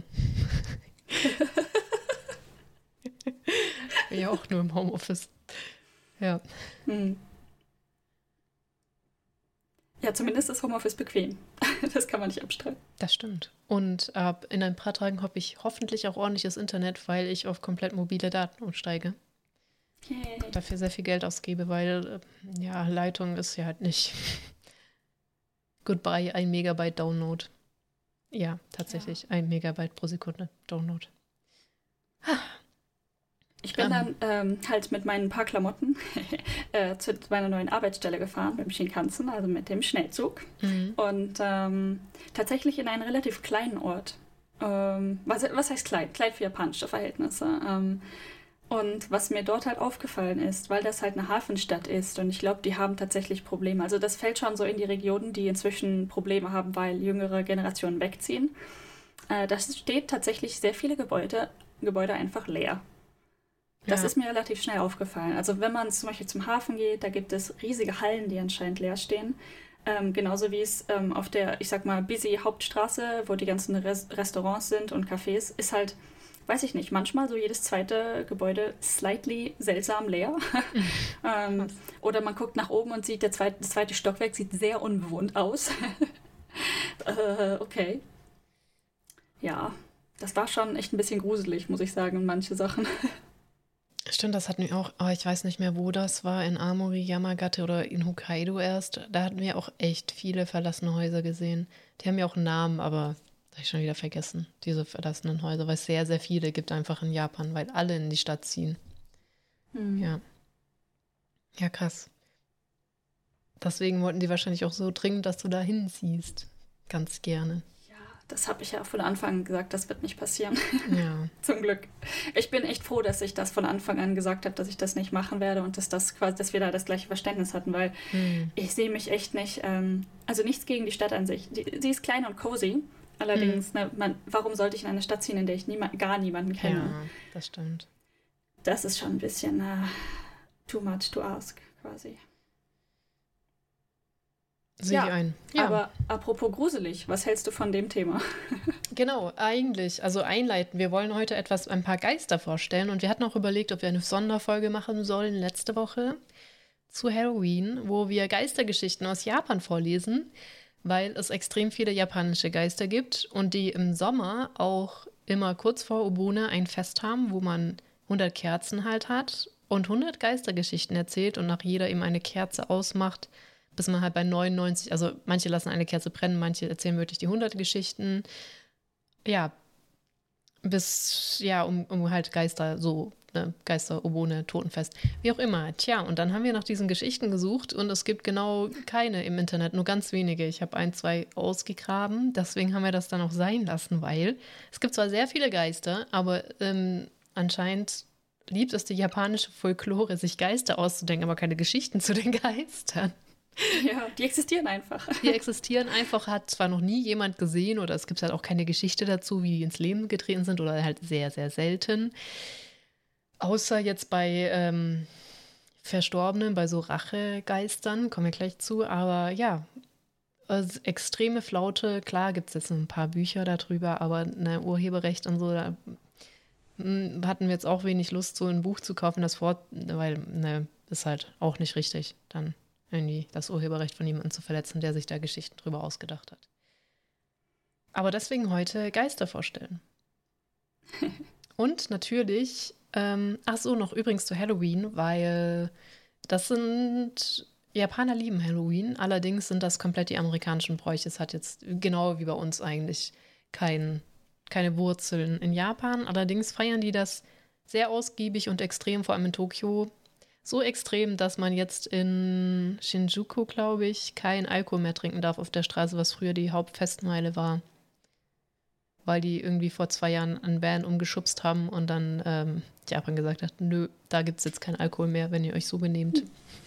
Speaker 1: Ich bin ja auch nur im Homeoffice. Ja.
Speaker 2: Hm. Ja, zumindest ist Homeoffice bequem. Das kann man nicht abstreiten.
Speaker 1: Das stimmt. Und äh, in ein paar Tagen habe ich hoffentlich auch ordentliches Internet, weil ich auf komplett mobile Daten umsteige.
Speaker 2: Yay.
Speaker 1: Dafür sehr viel Geld ausgebe, weil äh, ja, Leitung ist ja halt nicht. Goodbye, ein Megabyte Download. Ja, tatsächlich, ja. Ein Megabyte pro Sekunde Download.
Speaker 2: Ich bin
Speaker 1: Ähm.
Speaker 2: dann ähm, halt mit meinen paar Klamotten äh, zu meiner neuen Arbeitsstelle gefahren, mit dem Shinkansen, also mit dem Schnellzug.
Speaker 1: Mhm.
Speaker 2: Und ähm, tatsächlich in einen relativ kleinen Ort. Ähm, was, was heißt klein? Klein für japanische Verhältnisse. Ähm, und was mir dort halt aufgefallen ist, weil das halt eine Hafenstadt ist und ich glaube, die haben tatsächlich Probleme. Also das fällt schon so in die Regionen, die inzwischen Probleme haben, weil jüngere Generationen wegziehen. Äh, da steht tatsächlich sehr viele Gebäude, Gebäude einfach leer. Das
Speaker 1: Ja.
Speaker 2: ist mir relativ schnell aufgefallen. Also wenn man zum Beispiel zum Hafen geht, da gibt es riesige Hallen, die anscheinend leer stehen. Ähm, genauso wie es ähm, auf der, ich sag mal, busy Hauptstraße, wo die ganzen Res- Restaurants sind und Cafés, ist halt, weiß ich nicht, manchmal so jedes zweite Gebäude slightly seltsam leer. ähm, oder man guckt nach oben und sieht, der zweite, das zweite Stockwerk sieht sehr unbewohnt aus. äh, okay. Ja, das war schon echt ein bisschen gruselig, muss ich sagen, manche Sachen.
Speaker 1: Stimmt, das hatten wir auch, aber ich weiß nicht mehr, wo das war, in Aomori, Yamagata oder in Hokkaido erst. Da hatten wir auch echt viele verlassene Häuser gesehen. Die haben ja auch einen Namen, aber habe ich schon wieder vergessen, diese verlassenen Häuser, weil es sehr, sehr viele gibt einfach in Japan, weil alle in die Stadt ziehen.
Speaker 2: Hm.
Speaker 1: Ja. Ja, krass. Deswegen wollten die wahrscheinlich auch so dringend, dass du da hinziehst. Ganz gerne.
Speaker 2: Das habe ich ja von Anfang an gesagt, das wird nicht passieren.
Speaker 1: Ja.
Speaker 2: Zum Glück. Ich bin echt froh, dass ich das von Anfang an gesagt habe, dass ich das nicht machen werde und dass das quasi, dass wir da das gleiche Verständnis hatten, weil
Speaker 1: Hm.
Speaker 2: ich sehe mich echt nicht, ähm, also nichts gegen die Stadt an sich. Die, sie ist klein und cozy. Allerdings, ne, man, warum sollte ich in eine Stadt ziehen, in der ich niema, gar niemanden kenne?
Speaker 1: Ja, das stimmt.
Speaker 2: Das ist schon ein bisschen äh, too much to ask, quasi.
Speaker 1: Sehe
Speaker 2: ja,
Speaker 1: ich ein. Ja.
Speaker 2: Aber apropos gruselig, was hältst du von dem Thema?
Speaker 1: Genau, eigentlich, also einleiten. Wir wollen heute etwas, ein paar Geister vorstellen und wir hatten auch überlegt, ob wir eine Sonderfolge machen sollen letzte Woche zu Halloween, wo wir Geistergeschichten aus Japan vorlesen, weil es extrem viele japanische Geister gibt und die im Sommer auch immer kurz vor Obune ein Fest haben, wo man hundert Kerzen halt hat und hundert Geistergeschichten erzählt und nach jeder eben eine Kerze ausmacht, bis man halt bei neunundneunzig, also manche lassen eine Kerze brennen, manche erzählen wirklich die hundert Geschichten. Ja, bis, ja, um, um halt Geister so, ne, Geister, Obone, Totenfest, wie auch immer. Tja, und dann haben wir nach diesen Geschichten gesucht und es gibt genau keine im Internet, nur ganz wenige. Ich habe ein, zwei ausgegraben, deswegen haben wir das dann auch sein lassen, weil es gibt zwar sehr viele Geister, aber ähm, anscheinend liebt es die japanische Folklore, sich Geister auszudenken, aber keine Geschichten zu den Geistern.
Speaker 2: Ja, die existieren einfach.
Speaker 1: Die existieren einfach, hat zwar noch nie jemand gesehen oder es gibt halt auch keine Geschichte dazu, wie die ins Leben getreten sind oder halt sehr, sehr selten. Außer jetzt bei ähm, Verstorbenen, bei so Rachegeistern, kommen wir gleich zu. Aber ja, also extreme Flaute, klar gibt es jetzt ein paar Bücher darüber, aber ne, Urheberrecht und so, da mh, hatten wir jetzt auch wenig Lust, so ein Buch zu kaufen, das vor, weil ne, ist halt auch nicht richtig, dann irgendwie das Urheberrecht von jemandem zu verletzen, der sich da Geschichten drüber ausgedacht hat. Aber deswegen heute Geister vorstellen. Und natürlich, ähm, ach so, noch übrigens zu Halloween, weil das sind, Japaner lieben Halloween, allerdings sind das komplett die amerikanischen Bräuche. Es hat jetzt genau wie bei uns eigentlich kein, keine Wurzeln in Japan. Allerdings feiern die das sehr ausgiebig und extrem, vor allem in Tokio. So extrem, dass man jetzt in Shinjuku, glaube ich, kein Alkohol mehr trinken darf auf der Straße, was früher die Hauptfestmeile war. Weil die irgendwie vor zwei Jahren einen Van umgeschubst haben und dann ähm, Japan gesagt hat, nö, da gibt es jetzt keinen Alkohol mehr, wenn ihr euch so benehmt.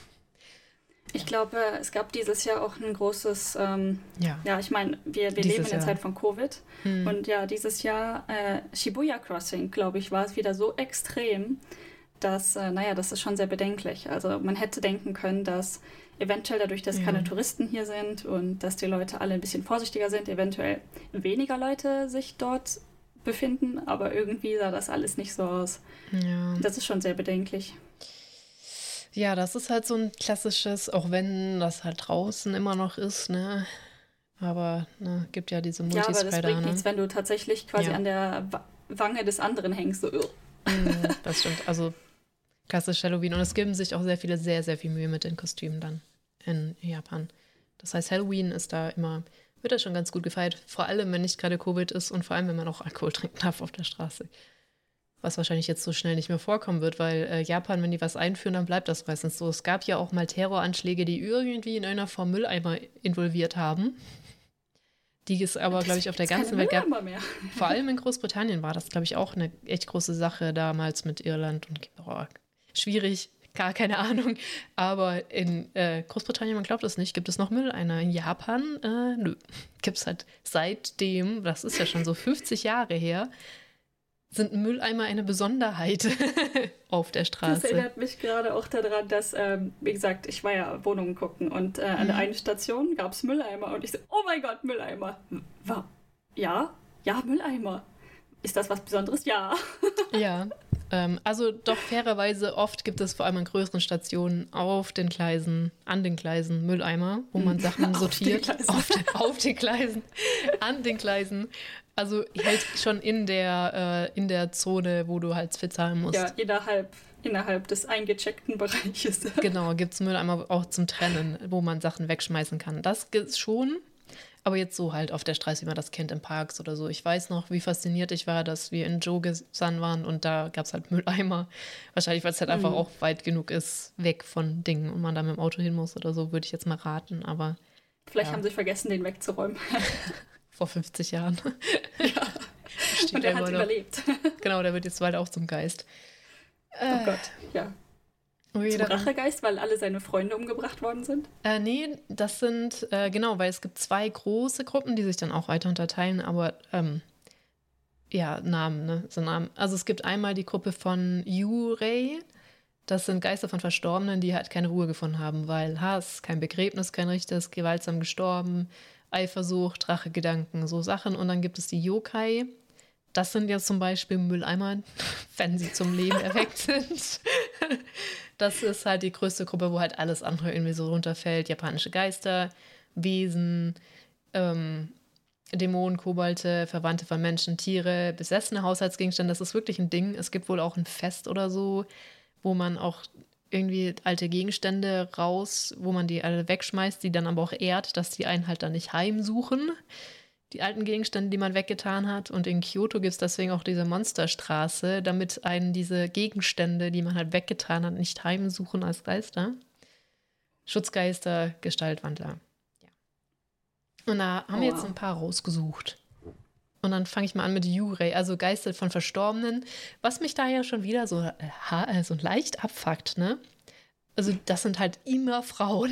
Speaker 2: Ich glaube, es gab dieses Jahr auch ein großes, ähm,
Speaker 1: ja.
Speaker 2: ja, ich meine, wir, wir leben in der
Speaker 1: Jahr.
Speaker 2: Zeit von Covid hm. und ja, dieses Jahr äh, Shibuya Crossing, glaube ich, war es wieder so extrem, dass, äh, naja, das ist schon sehr bedenklich. Also man hätte denken können, dass eventuell dadurch, dass ja. keine Touristen hier sind und dass die Leute alle ein bisschen vorsichtiger sind, eventuell weniger Leute sich dort befinden, aber irgendwie sah das alles nicht so aus.
Speaker 1: Ja.
Speaker 2: Das ist schon sehr bedenklich.
Speaker 1: Ja, das ist halt so ein klassisches, auch wenn das halt draußen immer noch ist, ne? Aber ne, gibt ja diese Multispreader.
Speaker 2: Ja, aber das bringt
Speaker 1: ne?
Speaker 2: nichts, wenn du tatsächlich quasi ja. an der Wange des anderen hängst. So.
Speaker 1: Das stimmt, also klassisch Halloween. Und es geben sich auch sehr viele sehr, sehr viel Mühe mit den Kostümen dann in Japan. Das heißt, Halloween ist da immer, wird da schon ganz gut gefeiert. Vor allem, wenn nicht gerade Covid ist und vor allem, wenn man auch Alkohol trinken darf auf der Straße. Was wahrscheinlich jetzt so schnell nicht mehr vorkommen wird, weil äh, Japan, wenn die was einführen, dann bleibt das meistens so. Es gab ja auch mal Terroranschläge, die irgendwie in einer Form Mülleimer involviert haben. Die es aber, glaube ich, auf der ganzen Welt gab. Vor allem in Großbritannien war das, glaube ich, auch eine echt große Sache damals mit Irland und oh, schwierig, gar keine Ahnung. Aber in äh, Großbritannien, man glaubt es nicht, gibt es noch Mülleimer. In Japan, äh, nö. Gibt es halt seitdem, das ist ja schon so fünfzig Jahre her, sind Mülleimer eine Besonderheit auf der Straße.
Speaker 2: Das erinnert mich gerade auch daran, dass, ähm, wie gesagt, ich war ja Wohnungen gucken und äh, an mhm. der einen Station gab es Mülleimer und ich so, oh mein Gott, Mülleimer. War, ja, ja, Mülleimer. Ist das was Besonderes? Ja.
Speaker 1: Ja, ähm, also doch fairerweise oft gibt es vor allem an größeren Stationen auf den Gleisen, an den Gleisen Mülleimer, wo man Sachen sortiert.
Speaker 2: Den
Speaker 1: auf, den, auf den Gleisen, an den Gleisen. Also halt schon in der, äh, in der Zone, wo du halt bezahlen musst.
Speaker 2: Ja, innerhalb, innerhalb des eingecheckten Bereiches.
Speaker 1: Genau, gibt es Mülleimer auch zum Trennen, wo man Sachen wegschmeißen kann. Das gibt's schon, aber jetzt so halt auf der Straße, wie man das kennt, in Parks oder so. Ich weiß noch, wie fasziniert ich war, dass wir in Jogesan waren und da gab es halt Mülleimer. Wahrscheinlich, weil es halt mhm. einfach auch weit genug ist, weg von Dingen und man da mit dem Auto hin muss oder so, würde ich jetzt mal raten, aber...
Speaker 2: Vielleicht
Speaker 1: ja.
Speaker 2: haben sie vergessen, den wegzuräumen.
Speaker 1: Vor fünfzig Jahren.
Speaker 2: Ja,
Speaker 1: Steht
Speaker 2: und der hat überlebt.
Speaker 1: Genau, der wird jetzt bald auch zum Geist.
Speaker 2: Äh, oh Gott, ja.
Speaker 1: Okay,
Speaker 2: zum Rachegeist, weil alle seine Freunde umgebracht worden sind?
Speaker 1: Äh, nee, das sind, äh, genau, weil es gibt zwei große Gruppen, die sich dann auch weiter unterteilen, aber ähm, ja, Namen, ne, so Namen. Also es gibt einmal die Gruppe von Yurei, Das sind Geister von Verstorbenen, die halt keine Ruhe gefunden haben, weil Hass, kein Begräbnis, kein richtiges, gewaltsam gestorben, Eifersucht, Rachegedanken, so Sachen. Und dann gibt es die Yokai. Das sind ja zum Beispiel Mülleimer, wenn sie zum Leben erweckt sind. Das ist halt die größte Gruppe, wo halt alles andere irgendwie so runterfällt. Japanische Geister, Wesen, ähm, Dämonen, Kobolde, Verwandte von Menschen, Tiere, besessene Haushaltsgegenstände. Das ist wirklich ein Ding. Es gibt wohl auch ein Fest oder so, wo man auch irgendwie alte Gegenstände raus, wo man die alle wegschmeißt, die dann aber auch ehrt, dass die einen halt dann nicht heimsuchen. Die alten Gegenstände, die man weggetan hat. Und in Kyoto gibt es deswegen auch diese Monsterstraße, damit einen diese Gegenstände, die man halt weggetan hat, nicht heimsuchen als Geister. Schutzgeister, Gestaltwandler. Ja. Und da haben
Speaker 2: Oh,
Speaker 1: wir jetzt
Speaker 2: wow.
Speaker 1: ein paar rausgesucht. Und dann fange ich mal an mit Yurei, also Geister von Verstorbenen. Was mich da ja schon wieder so, äh, so leicht abfuckt, ne? Also das sind halt immer Frauen.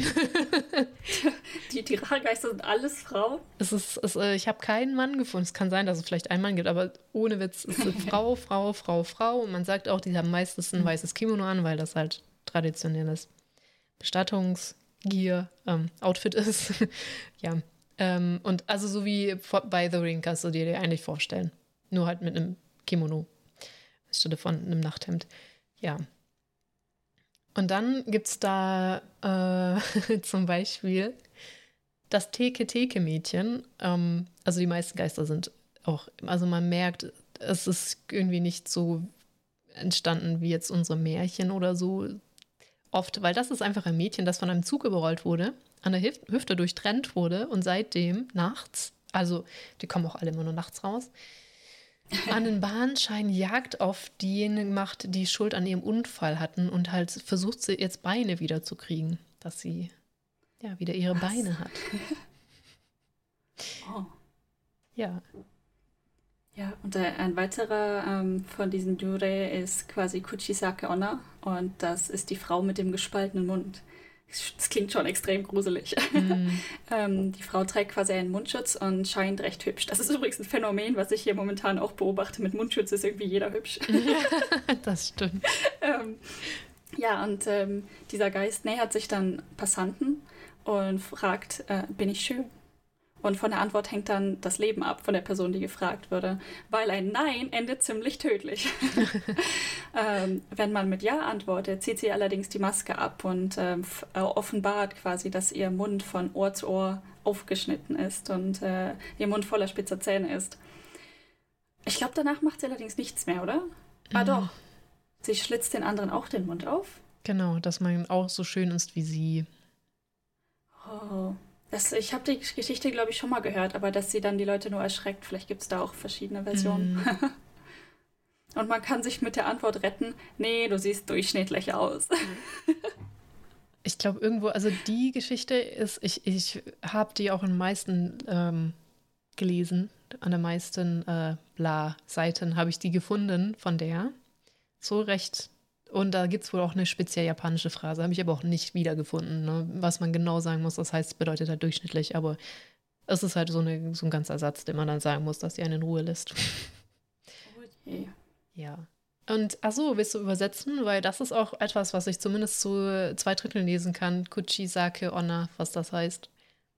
Speaker 2: Die, die Rachegeister sind alles Frauen?
Speaker 1: Es ist, es, äh, ich habe keinen Mann gefunden. Es kann sein, dass es vielleicht einen Mann gibt, aber ohne Witz, es ist Frau, Frau, Frau, Frau. Und man sagt auch, die haben meistens ein weißes Kimono an, weil das halt traditionelles Bestattungsgier, ähm, Outfit ist. Ja. Ähm, und also so wie bei The Ring kannst du dir dir eigentlich vorstellen. Nur halt mit einem Kimono anstelle von einem Nachthemd. Ja. Und dann gibt es da äh, zum Beispiel das Teke-Teke-Mädchen. Ähm, also die meisten Geister sind auch, also man merkt, es ist irgendwie nicht so entstanden wie jetzt unsere Märchen oder so oft, weil das ist einfach ein Mädchen, das von einem Zug überrollt wurde, an der Hüf- Hüfte durchtrennt wurde und seitdem nachts, also die kommen auch alle immer nur nachts raus, an den Bahnschein Jagd auf diejenigen macht, die Schuld an ihrem Unfall hatten und halt versucht, sie jetzt Beine wiederzukriegen, dass sie ja wieder ihre
Speaker 2: Was?
Speaker 1: Beine hat.
Speaker 2: Oh.
Speaker 1: Ja.
Speaker 2: Ja, und äh, ein weiterer ähm, von diesen Yurei ist quasi Kuchisake Onna und das ist die Frau mit dem gespaltenen Mund. Das klingt schon extrem gruselig.
Speaker 1: Mm.
Speaker 2: ähm, die Frau trägt quasi einen Mundschutz und scheint recht hübsch. Das ist übrigens ein Phänomen, was ich hier momentan auch beobachte. Mit Mundschutz ist irgendwie jeder hübsch.
Speaker 1: Das stimmt.
Speaker 2: ähm, ja, und ähm, dieser Geist nähert sich dann Passanten und fragt, äh, bin ich schön? Und von der Antwort hängt dann das Leben ab von der Person, die gefragt wurde. Weil ein Nein endet ziemlich tödlich. ähm, wenn man mit Ja antwortet, zieht sie allerdings die Maske ab und ähm, f- äh, offenbart quasi, dass ihr Mund von Ohr zu Ohr aufgeschnitten ist und äh, ihr Mund voller spitzer Zähne ist. Ich glaube, danach macht sie allerdings nichts mehr, oder? Ah, doch. Sie schlitzt den anderen auch den Mund auf.
Speaker 1: Genau, dass man auch so schön ist wie sie.
Speaker 2: Oh. Das, ich habe die Geschichte, glaube ich, schon mal gehört, aber dass sie dann die Leute nur erschreckt. Vielleicht gibt es da auch verschiedene Versionen.
Speaker 1: Mm.
Speaker 2: Und man kann sich mit der Antwort retten, nee, du siehst durchschnittlich aus.
Speaker 1: Ich glaube irgendwo, also die Geschichte ist, ich, ich habe die auch in den meisten ähm, gelesen, an den meisten äh, Bla-Seiten habe ich die gefunden von der. So recht. Und da gibt es wohl auch eine speziell japanische Phrase, habe ich aber auch nicht wiedergefunden, ne? Was man genau sagen muss. Das heißt, bedeutet halt durchschnittlich, aber es ist halt so, eine, so ein ganzer Satz, den man dann sagen muss, dass sie einen in Ruhe lässt.
Speaker 2: Oh je.
Speaker 1: Ja. Und ach so, willst du übersetzen? Weil das ist auch etwas, was ich zumindest zu zwei Dritteln lesen kann. Kuchisake Onna, was das heißt.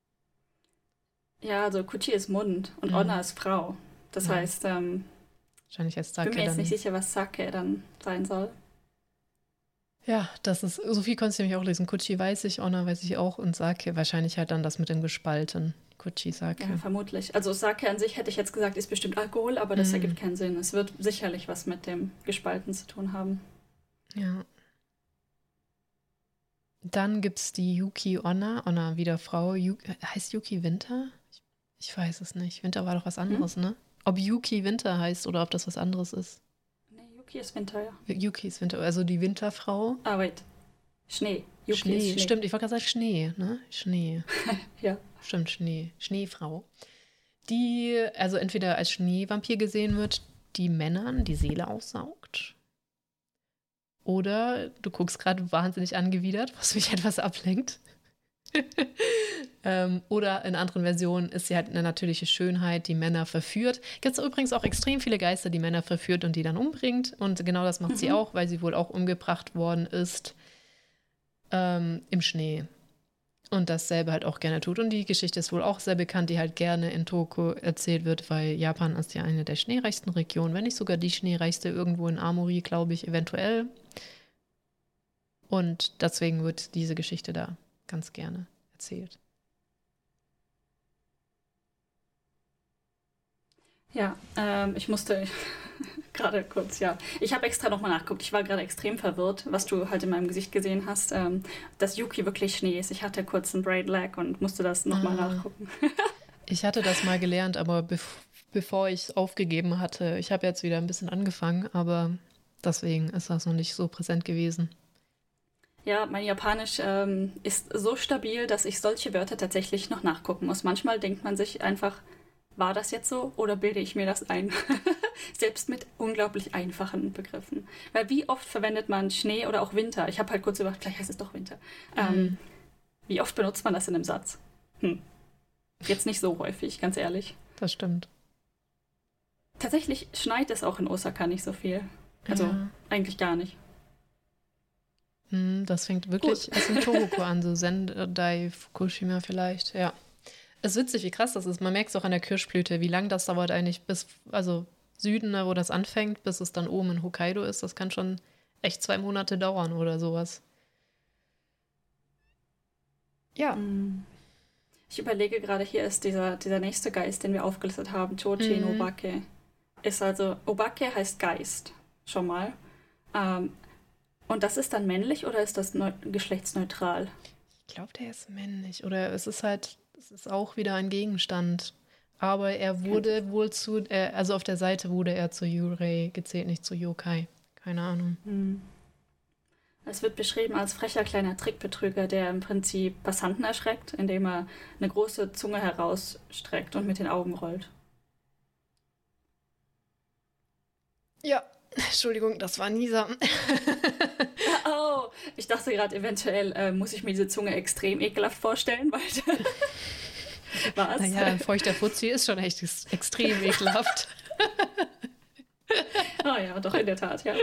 Speaker 2: Ja, also Kuchi ist Mund und
Speaker 1: Mhm.
Speaker 2: Onna ist Frau. Das
Speaker 1: Ja.
Speaker 2: heißt, ähm,
Speaker 1: Wahrscheinlich heißt
Speaker 2: ich bin
Speaker 1: Sake
Speaker 2: mir jetzt
Speaker 1: dann.
Speaker 2: nicht sicher, was Sake dann sein soll.
Speaker 1: Ja, das ist, so viel konntest du nämlich auch lesen. Kuchi weiß ich, Onna weiß ich auch und Sake wahrscheinlich halt dann das mit dem Gespalten. Kuchisake.
Speaker 2: Ja, vermutlich. Also Sake an sich hätte ich jetzt gesagt, ist bestimmt Alkohol, aber das
Speaker 1: Mhm.
Speaker 2: ergibt keinen Sinn. Es wird sicherlich was mit dem Gespalten zu tun haben.
Speaker 1: Ja. Dann gibt es die Yuki Onna. Onna, wieder Frau. Yu heißt Yuki Winter? Ich, ich weiß es nicht. Winter war doch was anderes, ne? Ob Yuki Winter heißt oder ob das was anderes ist.
Speaker 2: Nee, Yuki ist Winter, ja.
Speaker 1: Yuki ist Winter, also die Winterfrau.
Speaker 2: Ah, wait. Schnee. Yuki
Speaker 1: Schnee,
Speaker 2: ist Schnee.
Speaker 1: stimmt, ich wollte gerade sagen Schnee, ne? Schnee.
Speaker 2: Ja.
Speaker 1: Stimmt, Schnee. Schneefrau. Die also entweder als Schneevampir gesehen wird, die Männern die Seele aussaugt. Oder du guckst gerade wahnsinnig angewidert, was mich etwas ablenkt. ähm, oder in anderen Versionen ist sie halt eine natürliche Schönheit, die Männer verführt. Gibt es übrigens auch extrem viele Geister, die Männer verführt und die dann umbringt. Und genau das macht mhm. sie auch, weil sie wohl auch umgebracht worden ist ähm, im Schnee. Und dasselbe halt auch gerne tut. Und die Geschichte ist wohl auch sehr bekannt, die halt gerne in Tokio erzählt wird, weil Japan ist ja eine der schneereichsten Regionen, wenn nicht sogar die schneereichste, irgendwo in Aomori, glaube ich, eventuell. Und deswegen wird diese Geschichte da ganz gerne erzählt.
Speaker 2: Ja, ähm, ich musste gerade kurz, ja. Ich habe extra nochmal nachgeguckt. Ich war gerade extrem verwirrt, was du halt in meinem Gesicht gesehen hast, ähm, dass Yuki wirklich Schnee ist. Ich hatte kurz einen Brain Lag und musste das nochmal ah. nachgucken.
Speaker 1: Ich hatte das mal gelernt, aber bev- bevor ich es aufgegeben hatte, ich habe jetzt wieder ein bisschen angefangen, aber deswegen ist das noch nicht so präsent gewesen.
Speaker 2: Ja, mein Japanisch ähm, ist so stabil, dass ich solche Wörter tatsächlich noch nachgucken muss. Manchmal denkt man sich einfach, war das jetzt so oder bilde ich mir das ein? Selbst mit unglaublich einfachen Begriffen. Weil wie oft verwendet man Schnee oder auch Winter? Ich habe halt kurz überlegt, vielleicht heißt es doch Winter. Mhm. Ähm, wie oft benutzt man das in einem Satz? Hm. Jetzt nicht so häufig, ganz ehrlich.
Speaker 1: Das stimmt.
Speaker 2: Tatsächlich schneit es auch in Osaka nicht so viel. Also ja. eigentlich gar nicht.
Speaker 1: Das fängt wirklich erst in Tohoku an, so Sendai, Fukushima vielleicht, ja. Es ist witzig, wie krass das ist. Man merkt es auch an der Kirschblüte, wie lang das dauert eigentlich bis, also Süden, wo das anfängt, bis es dann oben in Hokkaido ist. Das kann schon echt zwei Monate dauern oder sowas. Ja.
Speaker 2: Ich überlege gerade, hier ist dieser, dieser nächste Geist, den wir aufgelistet haben, Chochi no
Speaker 1: Mhm.
Speaker 2: Obake. Ist also, Obake heißt Geist, schon mal. Ähm, und das ist dann männlich oder ist das neu- geschlechtsneutral?
Speaker 1: Ich glaube, der ist männlich. Oder es ist halt, es ist auch wieder ein Gegenstand. Aber er wurde wohl zu, äh, also auf der Seite wurde er zu Yurei gezählt, nicht zu Yokai. Keine Ahnung.
Speaker 2: Hm. Es wird beschrieben als frecher kleiner Trickbetrüger, der im Prinzip Passanten erschreckt, indem er eine große Zunge herausstreckt und mit den Augen rollt.
Speaker 1: Ja, Entschuldigung, das war Nisa.
Speaker 2: Oh, ich dachte gerade, eventuell äh, muss ich mir diese Zunge extrem ekelhaft vorstellen, weil... Was?
Speaker 1: Naja, ein feuchter Fuzzi ist schon echt ex- extrem ekelhaft.
Speaker 2: Oh ja, doch, in der Tat, ja.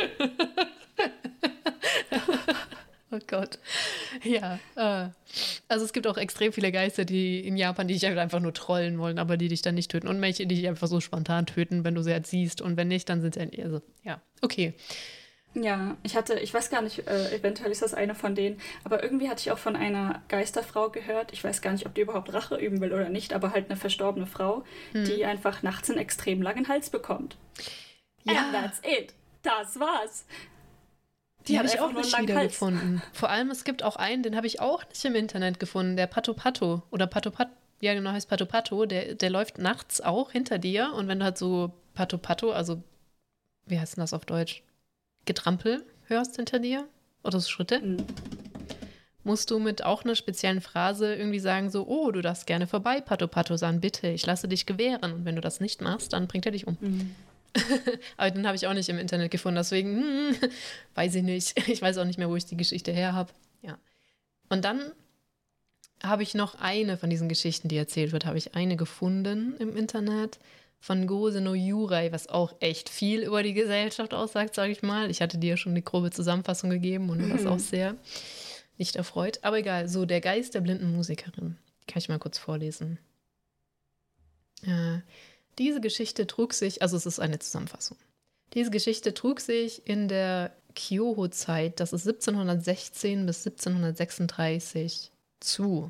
Speaker 1: Oh Gott. Ja, äh, also es gibt auch extrem viele Geister, die in Japan, die dich halt einfach nur trollen wollen, aber die dich dann nicht töten. Und welche, die dich einfach so spontan töten, wenn du sie halt siehst. Und wenn nicht, dann sind sie halt, also, ja, okay.
Speaker 2: Ja, ich hatte, ich weiß gar nicht, äh, eventuell ist das eine von denen, aber irgendwie hatte ich auch von einer Geisterfrau gehört, ich weiß gar nicht, ob die überhaupt Rache üben will oder nicht, aber halt eine verstorbene Frau, hm. die einfach nachts einen extrem langen Hals bekommt.
Speaker 1: Ja.
Speaker 2: And that's it. Das war's.
Speaker 1: Die, die habe ich auch nicht wiedergefunden. Vor allem, es gibt auch einen, den habe ich auch nicht im Internet gefunden, der Pato Pato oder Pato Pato, ja genau, heißt Pato Pato, der, der läuft nachts auch hinter dir und wenn du halt so Pato Pato, also wie heißt denn das auf Deutsch? Getrampel hörst hinter dir oder so Schritte, mhm. musst du mit auch einer speziellen Phrase irgendwie sagen so, oh, du darfst gerne vorbei, Pato Pato sagen, bitte, ich lasse dich gewähren. Und wenn du das nicht machst, dann bringt er dich um. Mhm. Aber den habe ich auch nicht im Internet gefunden, deswegen hm, weiß ich nicht. Ich weiß auch nicht mehr, wo ich die Geschichte her habe. Ja. Und dann habe ich noch eine von diesen Geschichten, die erzählt wird, habe ich eine gefunden im Internet. Von Gose no Yurei, was auch echt viel über die Gesellschaft aussagt, sage ich mal. Ich hatte dir ja schon eine grobe Zusammenfassung gegeben und war das auch sehr nicht erfreut. Aber egal, so der Geist der blinden Musikerin. Die kann ich mal kurz vorlesen. Äh, diese Geschichte trug sich, also es ist eine Zusammenfassung. Diese Geschichte trug sich in der Kyoho-Zeit, das ist siebzehnhundertsechzehn bis siebzehnhundertsechsunddreißig, zu.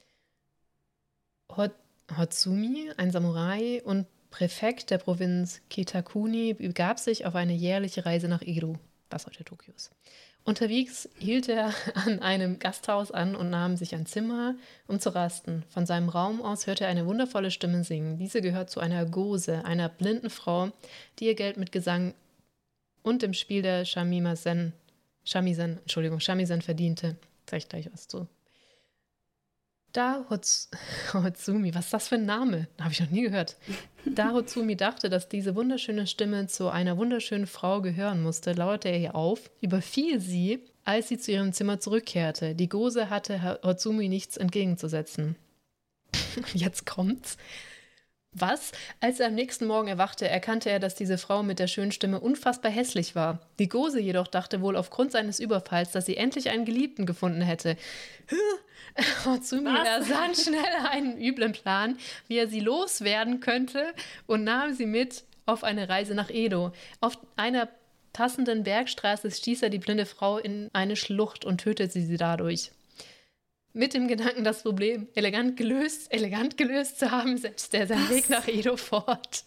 Speaker 1: Hot- Hotsumi, ein Samurai und Präfekt der Provinz Kitakuni, begab sich auf eine jährliche Reise nach Edo, was heute Tokio ist. Unterwegs hielt er an einem Gasthaus an und nahm sich ein Zimmer, um zu rasten. Von seinem Raum aus hörte er eine wundervolle Stimme singen. Diese gehört zu einer Gose, einer blinden Frau, die ihr Geld mit Gesang und dem Spiel der Shamisen, Shamisen, Entschuldigung, Shamisen verdiente. Sag ich gleich was zu. Da Hots- Hotsumi, was ist das für ein Name? Habe ich noch nie gehört. Da Hotsumi dachte, dass diese wunderschöne Stimme zu einer wunderschönen Frau gehören musste, lauerte er ihr auf, überfiel sie als sie zu ihrem Zimmer zurückkehrte. Die Gose hatte Hotsumi nichts entgegenzusetzen. Jetzt kommt's. Was? Als er am nächsten Morgen erwachte, erkannte er, dass diese Frau mit der schönen Stimme unfassbar hässlich war. Die Gose jedoch dachte wohl aufgrund seines Überfalls, dass sie endlich einen Geliebten gefunden hätte. Hotsumi ersann schnell einen üblen Plan, wie er sie loswerden könnte, und nahm sie mit auf eine Reise nach Edo. Auf einer passenden Bergstraße stieß er die blinde Frau in eine Schlucht und tötete sie dadurch. Mit dem Gedanken, das Problem elegant gelöst, elegant gelöst zu haben, setzte er seinen Was? Weg nach Edo fort.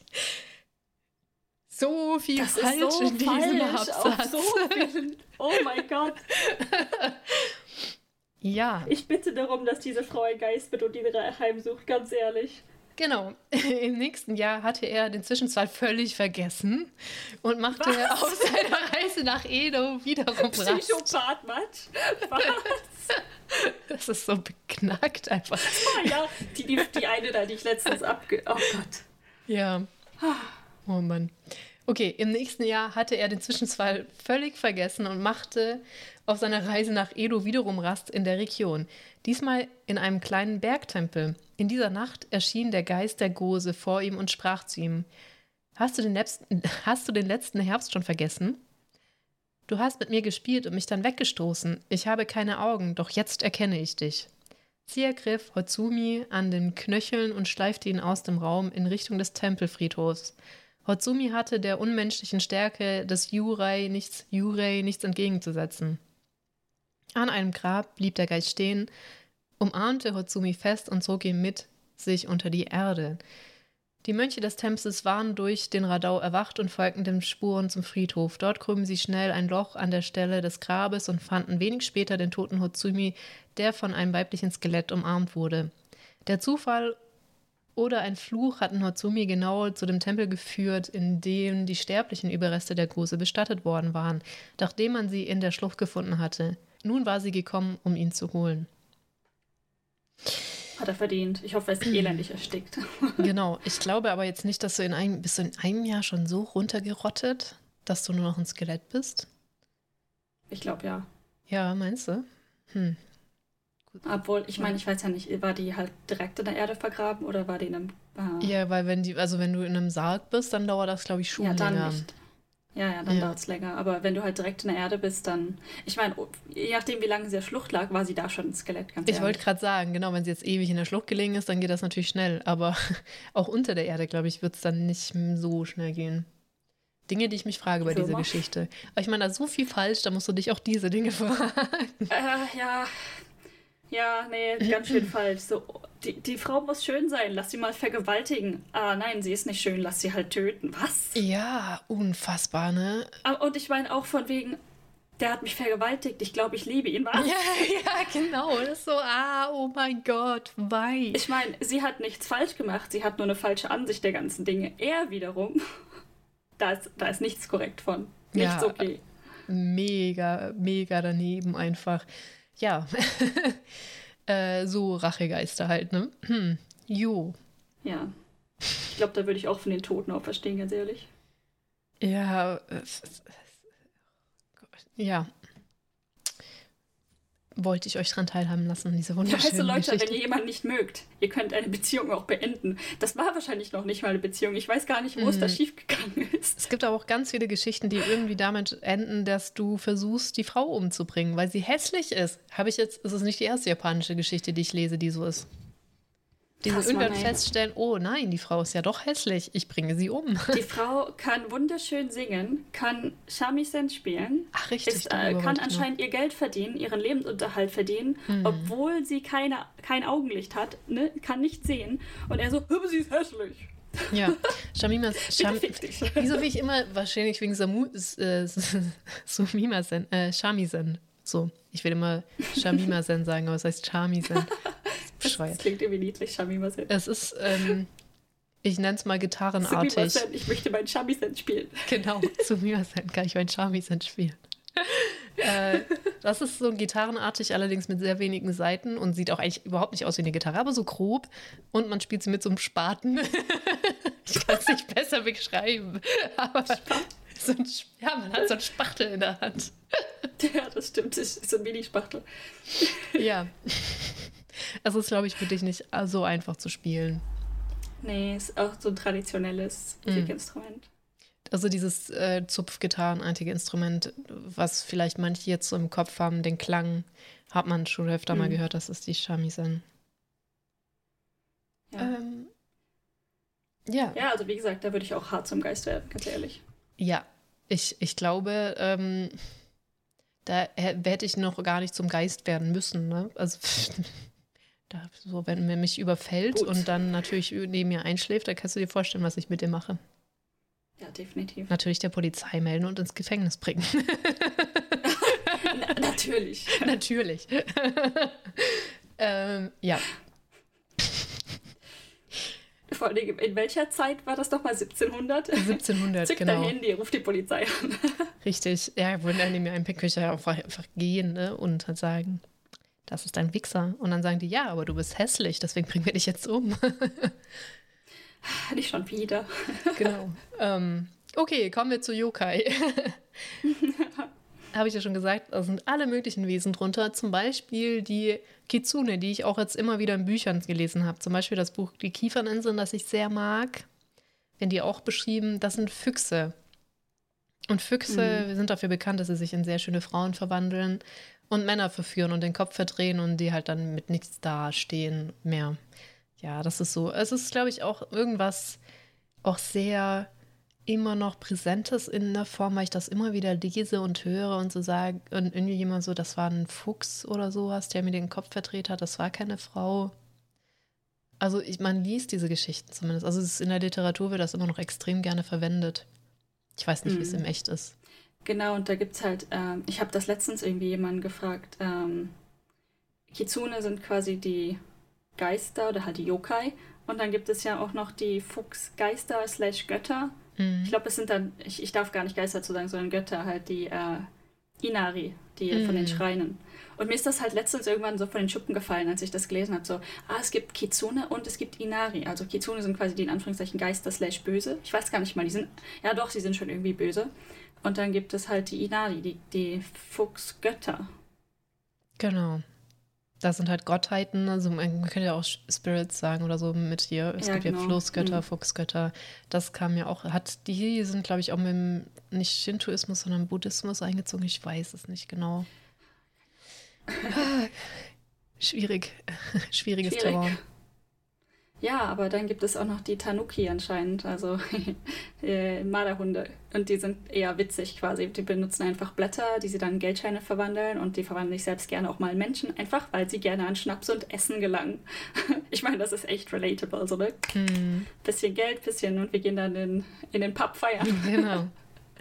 Speaker 1: So viel
Speaker 2: das
Speaker 1: falsch
Speaker 2: ist so
Speaker 1: in diesem
Speaker 2: falsch
Speaker 1: Absatz.
Speaker 2: So viel. Oh mein Gott.
Speaker 1: Ja.
Speaker 2: Ich bitte darum, dass diese Frau ein Geist wird und ihn heimsucht, ganz ehrlich.
Speaker 1: Genau. Im nächsten Jahr hatte er den Zwischenfall völlig vergessen und machte Was? auf seiner Reise nach Edo wiederum Rast.
Speaker 2: Psychopath, Matsch. Was?
Speaker 1: Das ist so beknackt einfach.
Speaker 2: Oh ja, die, die, die eine da, die ich letztens abge... Oh Gott.
Speaker 1: Ja. Oh Mann. Okay, im nächsten Jahr hatte er den Zwischenfall völlig vergessen und machte auf seiner Reise nach Edo wiederum Rast in der Region. Diesmal in einem kleinen Bergtempel. In dieser Nacht erschien der Geist der Gose vor ihm und sprach zu ihm: Hast du den letzten, hast du den letzten Herbst schon vergessen? Du hast mit mir gespielt und mich dann weggestoßen. Ich habe keine Augen, doch jetzt erkenne ich dich. Sie ergriff Hotsumi an den Knöcheln und schleifte ihn aus dem Raum in Richtung des Tempelfriedhofs. Hotsumi hatte der unmenschlichen Stärke des Yurei nichts, Yurei nichts entgegenzusetzen. An einem Grab blieb der Geist stehen, umarmte Hotsumi fest und zog ihn mit sich unter die Erde. Die Mönche des Tempels waren durch den Radau erwacht und folgten den Spuren zum Friedhof. Dort gruben sie schnell ein Loch an der Stelle des Grabes und fanden wenig später den toten Hotsumi, der von einem weiblichen Skelett umarmt wurde. Der Zufall oder ein Fluch hatten Hotsumi genau zu dem Tempel geführt, in dem die sterblichen Überreste der Gose bestattet worden waren, nachdem man sie in der Schlucht gefunden hatte. Nun war sie gekommen, um ihn zu holen.
Speaker 2: Hat er verdient. Ich hoffe, er ist elendig erstickt.
Speaker 1: Genau. Ich glaube aber jetzt nicht, dass du in einem, bist du in einem Jahr schon so runtergerottet, dass du nur noch ein Skelett bist?
Speaker 2: Ich glaube, ja.
Speaker 1: Ja, meinst du? Hm.
Speaker 2: Gut. Obwohl, ich meine, ich weiß ja nicht, war die halt direkt in der Erde vergraben oder war die in einem... Äh
Speaker 1: ja, weil wenn die, also wenn du in einem Sarg bist, dann dauert das, glaube ich, schon
Speaker 2: ja, dann
Speaker 1: länger.
Speaker 2: Nicht. Ja, ja, dann ja. dauert es länger. Aber wenn du halt direkt in der Erde bist, dann... Ich meine, je nachdem, wie lange sie in der Schlucht lag, war sie da schon ein Skelett, ganz
Speaker 1: Ich wollte gerade sagen, genau, wenn sie jetzt ewig in der Schlucht gelegen ist, dann geht das natürlich schnell. Aber auch unter der Erde, glaube ich, wird es dann nicht so schnell gehen. Dinge, die ich mich frage bei dieser Geschichte. Aber ich meine, da ist so viel falsch, da musst du dich auch diese Dinge fragen.
Speaker 2: Äh, ja... Ja, nee, ganz schön falsch. So, die, die Frau muss schön sein, lass sie mal vergewaltigen. Ah, nein, sie ist nicht schön, lass sie halt töten. Was?
Speaker 1: Ja, unfassbar, ne?
Speaker 2: Und ich meine auch von wegen, der hat mich vergewaltigt, ich glaube, ich liebe ihn, was?
Speaker 1: Ja, ja, genau. Das ist so, ah, oh mein Gott, why?
Speaker 2: Ich meine, sie hat nichts falsch gemacht, sie hat nur eine falsche Ansicht der ganzen Dinge. Er wiederum, da ist, da ist nichts korrekt von. Nichts
Speaker 1: ja,
Speaker 2: okay.
Speaker 1: Mega, mega daneben einfach. Ja, äh, so Rachegeister halt, ne? Hm. Jo.
Speaker 2: Ja. Ich glaube, da würde ich auch von den Toten auferstehen, ganz ehrlich.
Speaker 1: Ja. Äh, ja. Wollte ich euch dran teilhaben lassen, diese wunderschöne
Speaker 2: ja, also Leute,
Speaker 1: Geschichte.
Speaker 2: wenn ihr jemanden nicht mögt, ihr könnt eine Beziehung auch beenden. Das war wahrscheinlich noch nicht mal eine Beziehung. Ich weiß gar nicht, wo mm. es da schiefgegangen ist.
Speaker 1: Es gibt aber auch ganz viele Geschichten, die irgendwie damit enden, dass du versuchst, die Frau umzubringen, weil sie hässlich ist. Habe ich jetzt, es ist nicht die erste japanische Geschichte, die ich lese, die so ist. Die so irgendwann feststellen, oh nein, die Frau ist ja doch hässlich, ich bringe sie um.
Speaker 2: Die Frau kann wunderschön singen, kann Shamisen spielen.
Speaker 1: Ach, richtig.
Speaker 2: Ist, äh, kann anscheinend ihr Geld verdienen, ihren Lebensunterhalt verdienen, mhm. obwohl sie keine, kein Augenlicht hat, ne? Kann nicht sehen. Und er so, aber sie ist hässlich.
Speaker 1: Ja, Shamima, Sham, wieso will ich immer, wahrscheinlich wegen Samu, äh, Sumimasen, äh, Shamisen. So, ich will immer Shamimasen sagen, aber es heißt Shamisen.
Speaker 2: Bescheuert. Das klingt irgendwie niedlich, Shamisen.
Speaker 1: Es ist, ähm, ich nenne es mal gitarrenartig.
Speaker 2: Sumimasen, ich möchte meinen Shamisen spielen.
Speaker 1: Genau, Sumimasen kann ich meinen Shamisen spielen. äh, das ist so gitarrenartig, allerdings mit sehr wenigen Saiten und sieht auch eigentlich überhaupt nicht aus wie eine Gitarre, aber so grob. Und man spielt sie mit so einem Spaten. Ich kann es nicht besser beschreiben. Aber so ein, ja, man hat so einen Spachtel in der Hand.
Speaker 2: Ja, das stimmt. Das ist so ein Mini-Spachtel.
Speaker 1: Ja. Es ist, glaube ich, für dich nicht so einfach zu spielen.
Speaker 2: Nee, ist auch so ein traditionelles
Speaker 1: Mhm.
Speaker 2: Musikinstrument.
Speaker 1: Also dieses äh, Zupfgitarrenartige Instrument, was vielleicht manche jetzt so im Kopf haben, den Klang, hat man schon öfter mal
Speaker 2: Mhm.
Speaker 1: gehört, dass es die Shamisen.
Speaker 2: Ja.
Speaker 1: Ähm, ja.
Speaker 2: ja, also wie gesagt, da würde ich auch hart zum Geist werden, ganz ehrlich.
Speaker 1: Ja, ich, ich glaube, ähm, da hä- hätte ich noch gar nicht zum Geist werden müssen. Ne? Also da, so, wenn man mich überfällt
Speaker 2: Gut.
Speaker 1: und dann natürlich neben mir einschläft, dann kannst du dir vorstellen, was ich mit dir mache.
Speaker 2: Ja, definitiv.
Speaker 1: Natürlich der Polizei melden und ins Gefängnis bringen.
Speaker 2: Na, natürlich.
Speaker 1: Natürlich. ähm, ja.
Speaker 2: Vor allem, in welcher Zeit war das nochmal? siebzehnhundert?
Speaker 1: siebzehnhundert,
Speaker 2: Zück
Speaker 1: genau.
Speaker 2: dein Handy, ruf die Polizei an.
Speaker 1: Richtig. Ja, würden dann mir einpicken, könnte ich ja einfach, einfach gehen, ne? Und halt sagen, das ist ein Wichser. Und dann sagen die, ja, aber du bist hässlich, deswegen bringen wir dich jetzt um.
Speaker 2: Nicht schon wieder.
Speaker 1: Genau. Ähm, okay, kommen wir zu Yokai. Habe ich ja schon gesagt, da sind alle möglichen Wesen drunter. Zum Beispiel die Kitsune, die ich auch jetzt immer wieder in Büchern gelesen habe. Zum Beispiel das Buch Die Kieferninseln, das ich sehr mag. Werden die auch beschrieben. Das sind Füchse. Und Füchse
Speaker 2: Mhm.
Speaker 1: sind dafür bekannt, dass sie sich in sehr schöne Frauen verwandeln und Männer verführen und den Kopf verdrehen und die halt dann mit nichts dastehen mehr. Ja, das ist so. Es ist, glaube ich, auch irgendwas auch sehr immer noch Präsentes in der Form, weil ich das immer wieder lese und höre und so sage und irgendwie jemand so, das war ein Fuchs oder sowas, der mir den Kopf verdreht hat, das war keine Frau. Also ich, man liest diese Geschichten zumindest. Also es ist, in der Literatur wird das immer noch extrem gerne verwendet. Ich weiß nicht, wie es
Speaker 2: Mhm.
Speaker 1: im Echt ist.
Speaker 2: Genau, und da gibt es halt, ähm, ich habe das letztens irgendwie jemanden gefragt, ähm, Kitsune sind quasi die Geister oder halt die Yokai. Und dann gibt es ja auch noch die Fuchsgeister slash Götter.
Speaker 1: Mhm.
Speaker 2: Ich glaube, es sind dann, ich, ich darf gar nicht Geister zu sagen, sondern Götter, halt die äh, Inari, die mm. von den Schreinen. Und mir ist das halt letztens irgendwann so von den Schuppen gefallen, als ich das gelesen habe. So, ah, es gibt Kitsune und es gibt Inari. Also Kitsune sind quasi die in Anführungszeichen Geister slash böse. Ich weiß gar nicht mal, die sind, ja doch, sie sind schon irgendwie böse. Und dann gibt es halt die Inari, die, die Fuchsgötter.
Speaker 1: Genau. Das sind halt Gottheiten, also man könnte ja auch Spirits sagen oder so mit hier. Es
Speaker 2: ja,
Speaker 1: gibt
Speaker 2: genau.
Speaker 1: ja Flussgötter,
Speaker 2: mhm.
Speaker 1: Fuchsgötter. Das kam ja auch, hat die sind, glaube ich, auch mit dem, nicht Shintoismus, sondern Buddhismus eingezogen. Ich weiß es nicht genau. Schwierig. Schwieriges
Speaker 2: Schwierig.
Speaker 1: Terrain.
Speaker 2: Ja, aber dann gibt es auch noch die Tanuki anscheinend, also äh, Marderhunde. Und die sind eher witzig quasi. Die benutzen einfach Blätter, die sie dann in Geldscheine verwandeln und die verwandeln sich selbst gerne auch mal in Menschen, einfach weil sie gerne an Schnaps und Essen gelangen. Ich meine, das ist echt relatable, so ne?
Speaker 1: Hm.
Speaker 2: Bisschen Geld, bisschen und wir gehen dann in, in den Pub feiern.
Speaker 1: Genau.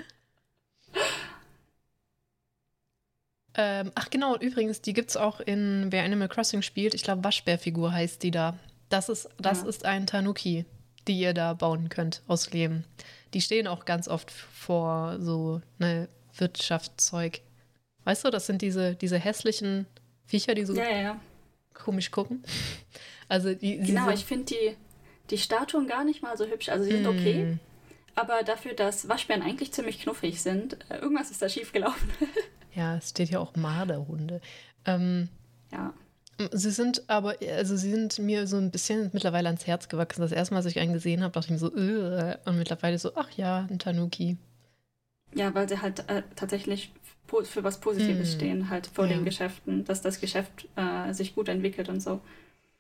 Speaker 1: ähm, ach genau, und übrigens, die gibt es auch in, wer Animal Crossing spielt, ich glaube Waschbärfigur heißt die da. Das ist, das
Speaker 2: Ja.
Speaker 1: ist ein Tanuki, die ihr da bauen könnt aus Lehm. Die stehen auch ganz oft vor so ne Wirtschaftszeug. Weißt du, das sind diese, diese hässlichen Viecher, die so
Speaker 2: Ja, ja, ja.
Speaker 1: komisch gucken. Also die,
Speaker 2: Genau,
Speaker 1: sind,
Speaker 2: ich finde die, die Statuen gar nicht mal so hübsch. Also sie sind okay,
Speaker 1: Mm.
Speaker 2: aber dafür, dass Waschbären eigentlich ziemlich knuffig sind, äh, irgendwas ist da schiefgelaufen.
Speaker 1: Ja, es steht ja auch Marderhunde. Ähm,
Speaker 2: Ja.
Speaker 1: Sie sind aber, also sie sind mir so ein bisschen mittlerweile ans Herz gewachsen. Das erste Mal, als ich einen gesehen habe, dachte ich mir so, äh, und mittlerweile so, ach ja, ein Tanuki.
Speaker 2: Ja, weil sie halt äh, tatsächlich po- für was Positives
Speaker 1: Mm.
Speaker 2: stehen, halt vor
Speaker 1: Ja.
Speaker 2: den Geschäften, dass das Geschäft äh, sich gut entwickelt und so.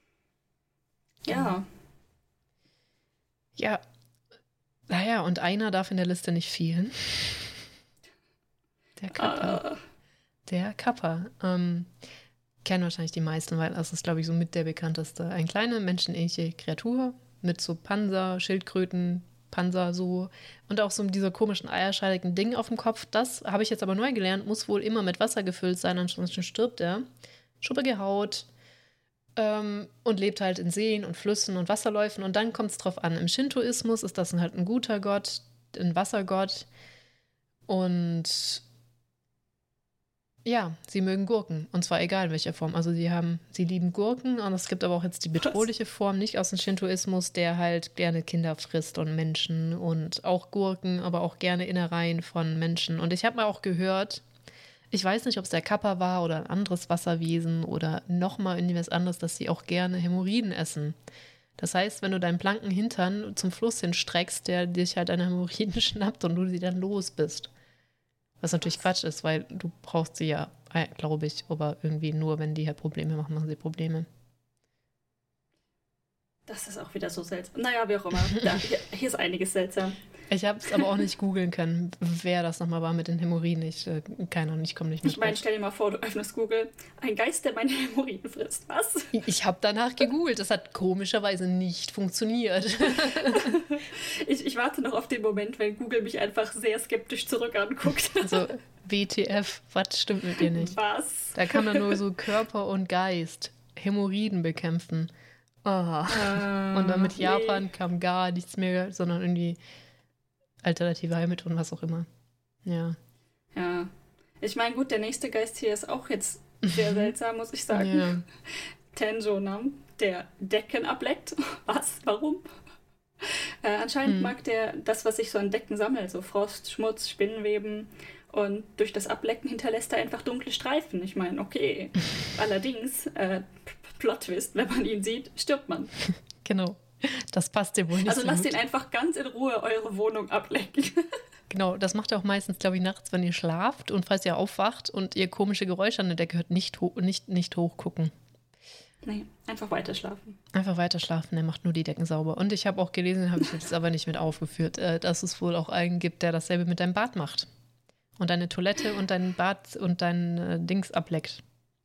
Speaker 2: Ja,
Speaker 1: Ja, naja, und einer darf in der Liste nicht fehlen. Der Kappa.
Speaker 2: äh,
Speaker 1: Der Kappa. Ähm, kennen wahrscheinlich die meisten, weil das ist, glaube ich, so mit der bekannteste. Eine kleine menschenähnliche Kreatur mit so Panzer, Schildkröten, Panzer so und auch so dieser komischen eierschaligen Ding auf dem Kopf. Das habe ich jetzt aber neu gelernt, muss wohl immer mit Wasser gefüllt sein, ansonsten stirbt er. Schuppige Haut ähm, und lebt halt in Seen und Flüssen und Wasserläufen und dann kommt es drauf an. Im Shintoismus ist das halt ein guter Gott, ein Wassergott und ja, sie mögen Gurken. Und zwar egal in welcher Form. Also sie haben, sie lieben Gurken und es gibt aber auch jetzt die bedrohliche Form, nicht aus dem Shintoismus, der halt gerne Kinder frisst und Menschen und auch Gurken, aber auch gerne Innereien von Menschen. Und ich habe mal auch gehört, Ich weiß nicht, ob es der Kappa war oder ein anderes Wasserwesen oder nochmal irgendwas anderes, dass sie auch gerne Hämorrhoiden essen. Das heißt, wenn du deinen blanken Hintern zum Fluss hinstreckst, der dich halt eine Hämorrhoiden schnappt und du sie dann los bist. Was natürlich Quatsch ist, weil du brauchst sie ja, glaube ich, aber irgendwie nur, wenn die halt Probleme machen, machen sie Probleme.
Speaker 2: Das ist auch wieder so seltsam. Naja, wie auch immer. Da, hier, hier ist einiges seltsam.
Speaker 1: Ich habe es aber auch nicht googeln können, wer das nochmal war mit den Hämorrhoiden. Ich, äh, keine Ahnung, ich komme nicht mit.
Speaker 2: Ich meine, stell dir mal vor, du öffnest Google, ein Geist, der meine Hämorrhoiden frisst. Was?
Speaker 1: Ich, ich habe danach gegoogelt. Das hat komischerweise nicht funktioniert.
Speaker 2: ich, ich warte noch auf den Moment, wenn Google mich einfach sehr skeptisch zurück anguckt.
Speaker 1: Also, W T F, was stimmt mit dir nicht?
Speaker 2: Was?
Speaker 1: Da kann man nur so Körper und Geist, Hämorrhoiden bekämpfen. Oh. Äh, und dann mit Japan nee. kam gar nichts mehr, sondern irgendwie alternative Heilmethoden, was auch immer. Ja.
Speaker 2: Ja. Ich meine, gut, der nächste Geist hier ist auch jetzt sehr seltsam, muss ich sagen. Ja. Tenjo-Nam, der Decken ableckt. Was? Warum? Äh, anscheinend hm. mag der das, was sich so an Decken sammelt, so Frost, Schmutz, Spinnenweben. Und durch das Ablecken hinterlässt er einfach dunkle Streifen. Ich meine, okay. Allerdings, äh, Plot-Twist, wenn man ihn sieht, stirbt man.
Speaker 1: Genau. Das passt dir wohl nicht
Speaker 2: Also
Speaker 1: so
Speaker 2: lasst
Speaker 1: gut.
Speaker 2: ihn einfach ganz in Ruhe eure Wohnung ablecken.
Speaker 1: Genau, das macht er auch meistens, glaube ich, nachts, wenn ihr schlaft und falls ihr aufwacht und ihr komische Geräusche an der Decke hört, nicht, ho- nicht, nicht hochgucken.
Speaker 2: Nee, einfach weiter schlafen.
Speaker 1: Einfach weiter schlafen, er macht nur die Decken sauber. Und ich habe auch gelesen, habe ich jetzt aber nicht mit aufgeführt, äh, dass es wohl auch einen gibt, der dasselbe mit deinem Bad macht. Und deine Toilette und dein Bad und dein äh, Dings ableckt.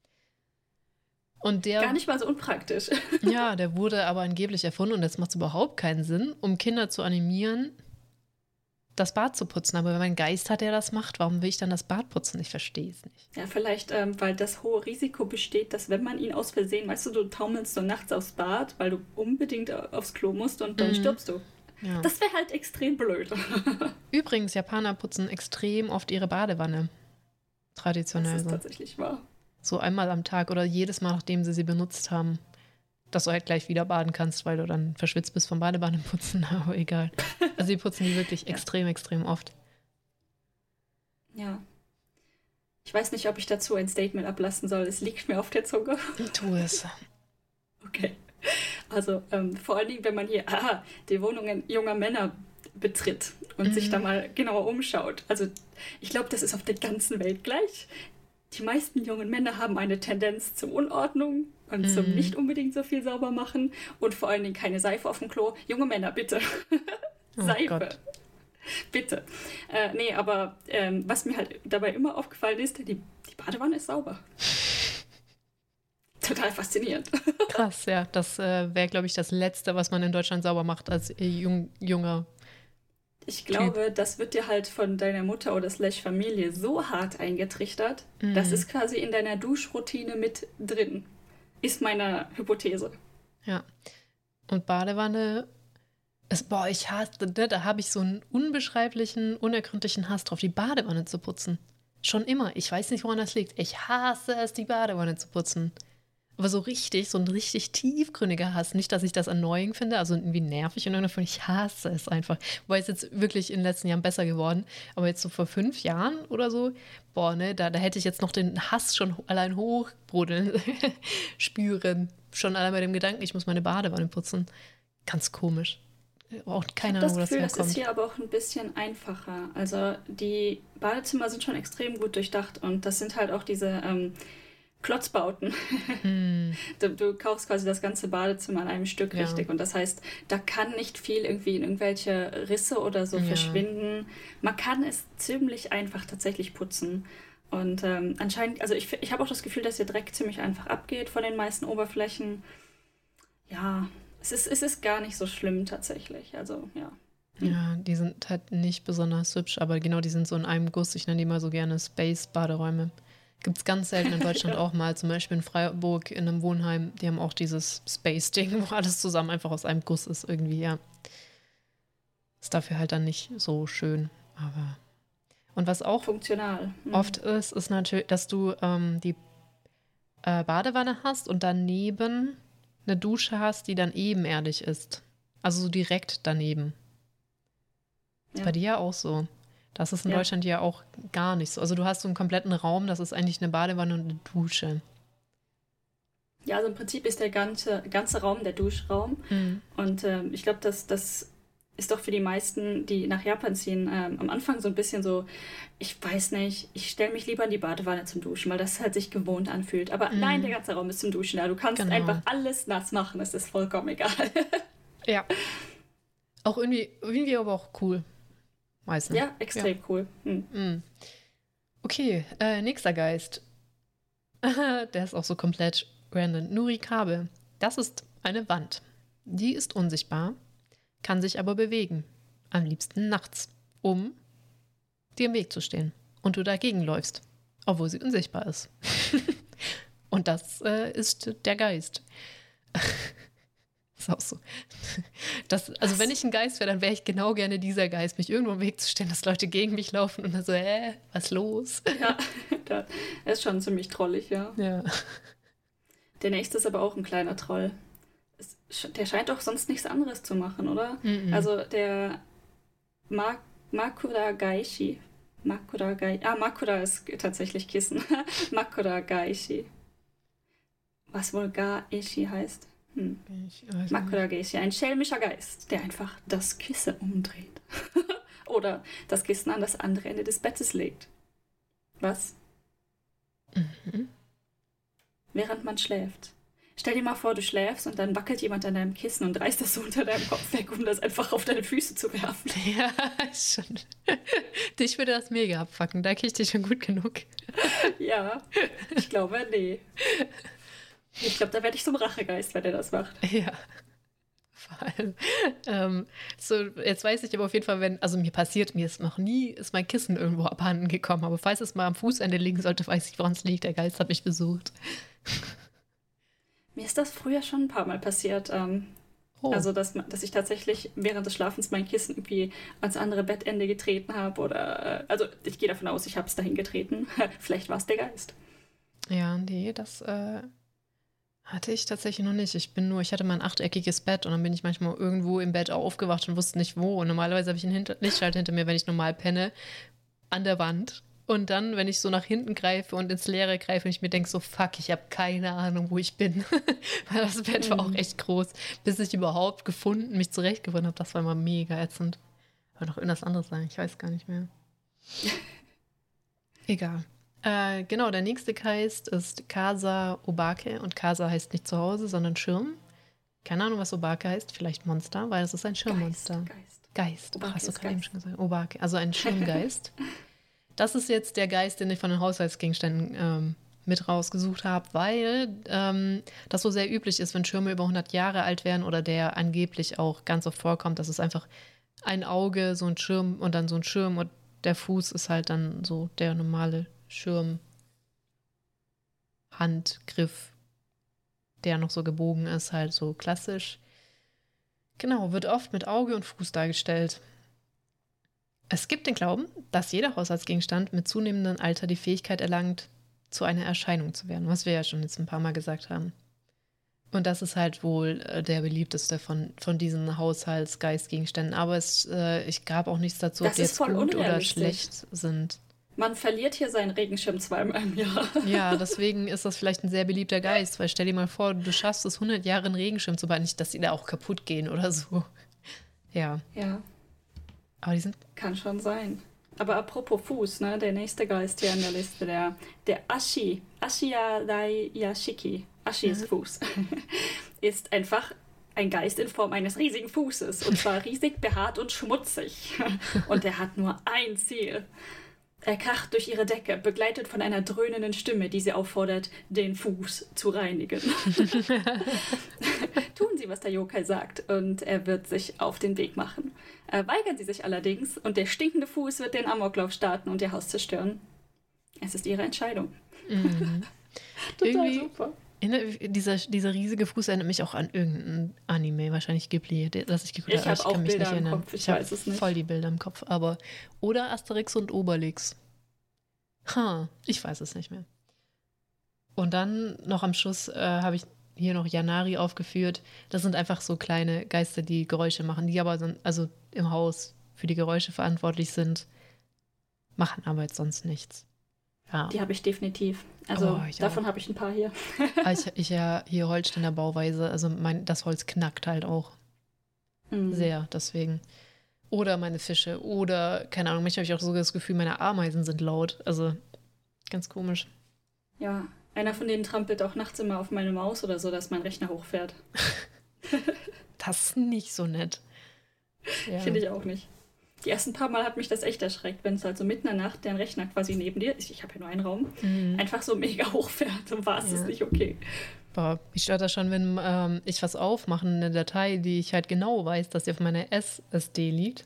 Speaker 1: Und der,
Speaker 2: Gar nicht mal so unpraktisch.
Speaker 1: Ja, der wurde aber angeblich erfunden und jetzt macht es überhaupt keinen Sinn, um Kinder zu animieren, das Bad zu putzen. Aber wenn mein Geist hat, der das macht, warum will ich dann das Bad putzen? Ich verstehe es nicht.
Speaker 2: Ja, vielleicht, ähm, weil das hohe Risiko besteht, dass wenn man ihn aus Versehen, weißt du, du taumelst so nachts aufs Bad, weil du unbedingt aufs Klo musst und dann mhm. stirbst du. Ja. Das wäre halt extrem blöd.
Speaker 1: Übrigens, Japaner putzen extrem oft ihre Badewanne. Traditionell.
Speaker 2: Das ist
Speaker 1: so.
Speaker 2: tatsächlich wahr.
Speaker 1: So einmal am Tag oder jedes Mal, nachdem sie sie benutzt haben. Dass du halt gleich wieder baden kannst, weil du dann verschwitzt bist vom Badewanneputzen. Aber egal. Also sie putzen die wirklich ja. extrem, extrem oft.
Speaker 2: Ja. Ich weiß nicht, ob ich dazu ein Statement ablassen soll. Es liegt mir auf der Zunge.
Speaker 1: Tu es.
Speaker 2: Okay. Also ähm, vor allen Dingen, wenn man hier aha, die Wohnungen junger Männer betritt und mhm. sich da mal genauer umschaut. Also ich glaube, das ist auf der ganzen Welt gleich. Die meisten jungen Männer haben eine Tendenz zur Unordnung und mm. zum nicht unbedingt so viel sauber machen und vor allen Dingen keine Seife auf dem Klo. Junge Männer, bitte.
Speaker 1: Oh
Speaker 2: Seife.
Speaker 1: Gott.
Speaker 2: Bitte. Äh, nee, aber ähm, was mir halt dabei immer aufgefallen ist, die, die Badewanne ist sauber. Total faszinierend.
Speaker 1: Krass, ja. Das äh, wäre, glaube ich, das Letzte, was man in Deutschland sauber macht als äh, jung, junger
Speaker 2: Ich glaube, typ. Das wird dir halt von deiner Mutter oder slash Familie so hart eingetrichtert, mm. das ist quasi in deiner Duschroutine mit drin. Ist meine Hypothese.
Speaker 1: Ja. Und Badewanne, ist, boah, ich hasse, da, da habe ich so einen unbeschreiblichen, unergründlichen Hass drauf, die Badewanne zu putzen. Schon immer. Ich weiß nicht, woran das liegt. Ich hasse es, die Badewanne zu putzen. Aber so richtig, so ein richtig tiefgründiger Hass. Nicht, dass ich das annoying finde, also irgendwie nervig und irgendwann, ich hasse es einfach. Wobei es jetzt wirklich in den letzten Jahren besser geworden. Aber jetzt so vor fünf Jahren oder so, boah, ne, da, da hätte ich jetzt noch den Hass schon allein hochbrodeln spüren. Schon allein bei dem Gedanken, ich muss meine Badewanne putzen. Ganz komisch. Auch keine Ahnung, wo das herkommt.
Speaker 2: Das ist hier aber auch ein bisschen einfacher. Also die Badezimmer sind schon extrem gut durchdacht und das sind halt auch diese ähm, Klotzbauten. Hm. Du, du kaufst quasi das ganze Badezimmer an einem Stück, ja. Richtig. Und das heißt, da kann nicht viel irgendwie in irgendwelche Risse oder so ja. verschwinden. Man kann es ziemlich einfach tatsächlich putzen. Und ähm, anscheinend, also ich, ich habe auch das Gefühl, dass der Dreck ziemlich einfach abgeht von den meisten Oberflächen. Ja, es ist, es ist gar nicht so schlimm tatsächlich. Also, ja.
Speaker 1: Ja, die sind halt nicht besonders hübsch, aber genau, die sind so in einem Guss. Ich nenne die mal so gerne Space-Baderäume. Gibt es ganz selten in Deutschland ja. auch mal, zum Beispiel in Freiburg in einem Wohnheim, die haben auch dieses Space-Ding, wo alles zusammen einfach aus einem Guss ist irgendwie, ja. Ist dafür halt dann nicht so schön, aber... Und was auch
Speaker 2: funktional mhm.
Speaker 1: oft ist, ist natürlich, dass du ähm, die äh, Badewanne hast und daneben eine Dusche hast, die dann ebenerdig ist. Also so direkt daneben. Ist ja. bei dir ja auch so. Das ist in
Speaker 2: Ja.
Speaker 1: Deutschland ja auch gar nicht so. Also du hast so einen kompletten Raum, das ist eigentlich eine Badewanne und eine Dusche.
Speaker 2: Ja, also im Prinzip ist der ganze, ganze Raum der Duschraum.
Speaker 1: Mhm.
Speaker 2: Und ähm, ich glaube, das, das ist doch für die meisten, die nach Japan ziehen, ähm, am Anfang so ein bisschen so, ich weiß nicht, ich stelle mich lieber in die Badewanne zum Duschen, weil das halt sich gewohnt anfühlt. Aber
Speaker 1: Mhm.
Speaker 2: nein, der ganze Raum ist zum Duschen da. Du kannst
Speaker 1: Genau.
Speaker 2: einfach alles nass machen, es ist vollkommen egal.
Speaker 1: Ja. Auch irgendwie, irgendwie aber auch cool. Meistens.
Speaker 2: Ja, extrem cool. Hm.
Speaker 1: Mhm. Okay, äh, nächster Geist. Der ist auch so komplett random. Nurikabe. Das ist eine Wand. Die ist unsichtbar, kann sich aber bewegen. Am liebsten nachts, um dir im Weg zu stehen. Und du dagegen läufst, obwohl sie unsichtbar ist. Und das äh, ist der Geist. Ist auch so. Das, also
Speaker 2: Was?
Speaker 1: wenn ich ein Geist wäre, dann wäre ich genau gerne dieser Geist, mich irgendwo im Weg zu stehen, dass Leute gegen mich laufen und dann so, hä, was los?
Speaker 2: Ja, das ist schon ziemlich trollig, ja.
Speaker 1: Ja.
Speaker 2: Der nächste ist aber auch ein kleiner Troll. Es, der scheint doch sonst nichts anderes zu machen, oder?
Speaker 1: Mhm.
Speaker 2: Also der Ma Makura Gaishi. Makura Gaishi. Ah, Makura ist tatsächlich Kissen. Makura Gaishi. Was wohl Gaishi heißt? Hm.
Speaker 1: Ich weiß nicht.
Speaker 2: Makura Gaishi, ein schelmischer Geist, der einfach das Kissen umdreht. Oder das Kissen an das andere Ende des Bettes legt. Was?
Speaker 1: Mhm.
Speaker 2: Während man schläft. Stell dir mal vor, du schläfst und dann wackelt jemand an deinem Kissen und reißt das so unter deinem Kopf weg, um das einfach auf deine Füße zu werfen.
Speaker 1: Ja, schon. Dich würde das mega abfacken, da krieg ich dich schon gut genug.
Speaker 2: Ja, ich glaube, nee. Ich glaube, da werde ich zum Rachegeist, wenn er das macht.
Speaker 1: Ja. Vor allem. Ähm, so, jetzt weiß ich aber auf jeden Fall, wenn, also mir passiert, mir ist noch nie, ist mein Kissen irgendwo abhanden gekommen, aber falls es mal am Fußende liegen sollte, weiß ich, woran es liegt. Der Geist hat mich besucht.
Speaker 2: Mir ist das früher schon ein paar Mal passiert. Ähm,
Speaker 1: Oh.
Speaker 2: Also, dass, ma- dass ich tatsächlich während des Schlafens mein Kissen irgendwie ans andere Bettende getreten habe. Oder, äh, also ich gehe davon aus, ich habe es dahin getreten. Vielleicht war es der Geist.
Speaker 1: Ja, nee, das äh, hatte ich tatsächlich noch nicht. Ich bin nur, ich hatte mal ein achteckiges Bett und dann bin ich manchmal irgendwo im Bett aufgewacht und wusste nicht wo. Und normalerweise habe ich einen hinter Lichtschalter hinter mir, wenn ich normal penne, an der Wand. Und dann, wenn ich so nach hinten greife und ins Leere greife und ich mir denke so, fuck, ich habe keine Ahnung, wo ich bin. Weil das Bett war auch
Speaker 2: Mhm.
Speaker 1: echt groß. Bis ich überhaupt gefunden, mich zurechtgefunden habe, das war immer mega ätzend. Aber noch irgendwas anderes sagen, ich weiß gar nicht mehr. Egal. Äh, genau, der nächste Geist ist Kasa Obake. Und Kasa heißt nicht zu Hause, sondern Schirm. Keine Ahnung, was Obake heißt. Vielleicht Monster, weil es ist ein Schirmmonster.
Speaker 2: Geist.
Speaker 1: Geist.
Speaker 2: Obake
Speaker 1: Hast du
Speaker 2: ist
Speaker 1: gerade eben
Speaker 2: Geist.
Speaker 1: schon gesagt. Obake. Also ein Schirmgeist. Das ist jetzt der Geist, den ich von den Haushaltsgegenständen ähm, mit rausgesucht habe, weil ähm, das so sehr üblich ist, wenn Schirme über hundert Jahre alt werden oder der angeblich auch ganz oft vorkommt. Das ist einfach ein Auge, so ein Schirm und dann so ein Schirm und der Fuß ist halt dann so der normale Schirm, Handgriff, der noch so gebogen ist, halt so klassisch. Genau, wird oft mit Auge und Fuß dargestellt. Es gibt den Glauben, dass jeder Haushaltsgegenstand mit zunehmendem Alter die Fähigkeit erlangt, zu einer Erscheinung zu werden, was wir ja schon jetzt ein paar Mal gesagt haben. Und das ist halt wohl äh, der beliebteste von, von diesen Haushaltsgeistgegenständen. Aber es, äh, ich gab auch nichts dazu, ob
Speaker 2: Das
Speaker 1: die
Speaker 2: ist
Speaker 1: jetzt
Speaker 2: voll
Speaker 1: gut oder
Speaker 2: unrealistisch.
Speaker 1: schlecht sind.
Speaker 2: Man verliert hier seinen Regenschirm zweimal im Jahr.
Speaker 1: Ja, deswegen ist das vielleicht ein sehr beliebter Geist, weil stell dir mal vor, du schaffst es hundert Jahre einen Regenschirm zu bauen, nicht, dass die da auch kaputt gehen oder so. Ja,
Speaker 2: Ja,
Speaker 1: aber die sind,
Speaker 2: kann schon sein. Aber apropos Fuß, ne, der nächste Geist hier an der Liste, der, der Ashi, Ashiya Dai Yashiki, Ashi ist Fuß, ist einfach ein Geist in Form eines riesigen Fußes. Und zwar riesig, behaart und schmutzig. Und er hat nur ein Ziel. Er kracht durch ihre Decke, begleitet von einer dröhnenden Stimme, die sie auffordert, den Fuß zu reinigen. Tun Sie, was der Yokai sagt, und er wird sich auf den Weg machen. Äh, weigern Sie sich allerdings, und der stinkende Fuß wird den Amoklauf starten und Ihr Haus zerstören. Es ist Ihre Entscheidung.
Speaker 1: mhm.
Speaker 2: Total
Speaker 1: Irgendwie-
Speaker 2: super.
Speaker 1: In, dieser, dieser riesige Fuß erinnert mich auch an irgendein Anime, wahrscheinlich Ghibli, das ich geguckt
Speaker 2: Ich
Speaker 1: habe.
Speaker 2: hab auch
Speaker 1: kann mich
Speaker 2: Bilder
Speaker 1: nicht
Speaker 2: im
Speaker 1: erinnern.
Speaker 2: Kopf, ich
Speaker 1: hab
Speaker 2: weiß es nicht.
Speaker 1: voll die Bilder im Kopf, aber oder Asterix und Obelix. Ha, ich weiß es nicht mehr. Und dann noch am Schluss äh, habe ich hier noch Yanari aufgeführt. Das sind einfach so kleine Geister, die Geräusche machen, die aber dann, also im Haus für die Geräusche verantwortlich sind. machen aber jetzt sonst nichts. Ja.
Speaker 2: Die habe ich definitiv. Also
Speaker 1: Oh, ich
Speaker 2: davon
Speaker 1: auch.
Speaker 2: habe ich ein paar hier.
Speaker 1: Aber Ich, ich ja hier Holsteiner Bauweise, also mein, das Holz knackt halt auch
Speaker 2: Hm.
Speaker 1: sehr, deswegen. Oder meine Fische, oder, keine Ahnung, manchmal habe ich auch so das Gefühl, meine Ameisen sind laut. Also ganz komisch.
Speaker 2: Ja, einer von denen trampelt auch nachts immer auf meine Maus oder so, dass mein Rechner hochfährt.
Speaker 1: Das ist nicht so nett. Ja.
Speaker 2: Finde ich auch nicht. Die ersten paar Mal hat mich das echt erschreckt, wenn es halt so mitten in der Nacht dein Rechner quasi neben dir ist, ich habe ja nur einen Raum,
Speaker 1: Mhm.
Speaker 2: einfach so mega hochfährt. Und war es
Speaker 1: Ja.
Speaker 2: ist nicht okay.
Speaker 1: Boah, mich stört das schon, wenn ähm, ich was aufmache, eine Datei, die ich halt genau weiß, dass sie auf meiner S S D liegt.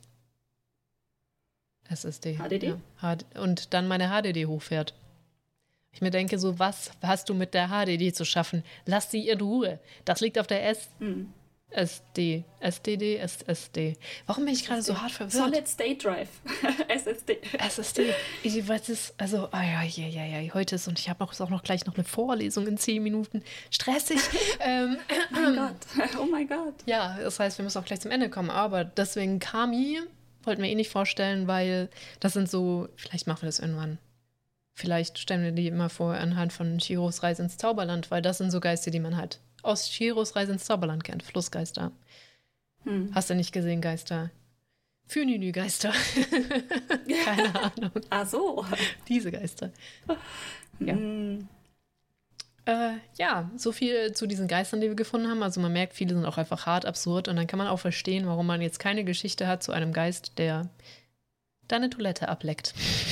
Speaker 1: S S D.
Speaker 2: H D D?
Speaker 1: Ja. H D und dann meine H D D hochfährt. Ich mir denke so, was hast du mit der H D D zu schaffen? Lass sie in Ruhe. Das liegt auf der
Speaker 2: Hm.
Speaker 1: S S D. S D D, S S D. Warum bin ich gerade so hart verwirrt?
Speaker 2: Solid State Drive. S S D.
Speaker 1: S S D. Ich weiß es, also, ah ja, ja, ja, ja, heute ist und ich habe auch, auch noch gleich noch eine Vorlesung in zehn Minuten. Stressig. ähm,
Speaker 2: Mein Gott. Oh mein Gott.
Speaker 1: ja, das heißt, wir müssen auch gleich zum Ende kommen. Aber deswegen Kami wollten wir eh nicht vorstellen, weil das sind so, vielleicht machen wir das irgendwann. Vielleicht stellen wir die immer vor anhand von Chihiros Reise ins Zauberland, weil das sind so Geister, die man halt aus Chihiros Reise ins Zauberland kennt. Flussgeister.
Speaker 2: Hm.
Speaker 1: Hast du nicht gesehen, Geister? Fününü-Geister. Keine Ahnung.
Speaker 2: Ach so.
Speaker 1: Diese Geister. Ja.
Speaker 2: Hm.
Speaker 1: Äh, ja, so viel zu diesen Geistern, die wir gefunden haben. Also man merkt, viele sind auch einfach hart absurd und dann kann man auch verstehen, warum man jetzt keine Geschichte hat zu einem Geist, der deine Toilette ableckt.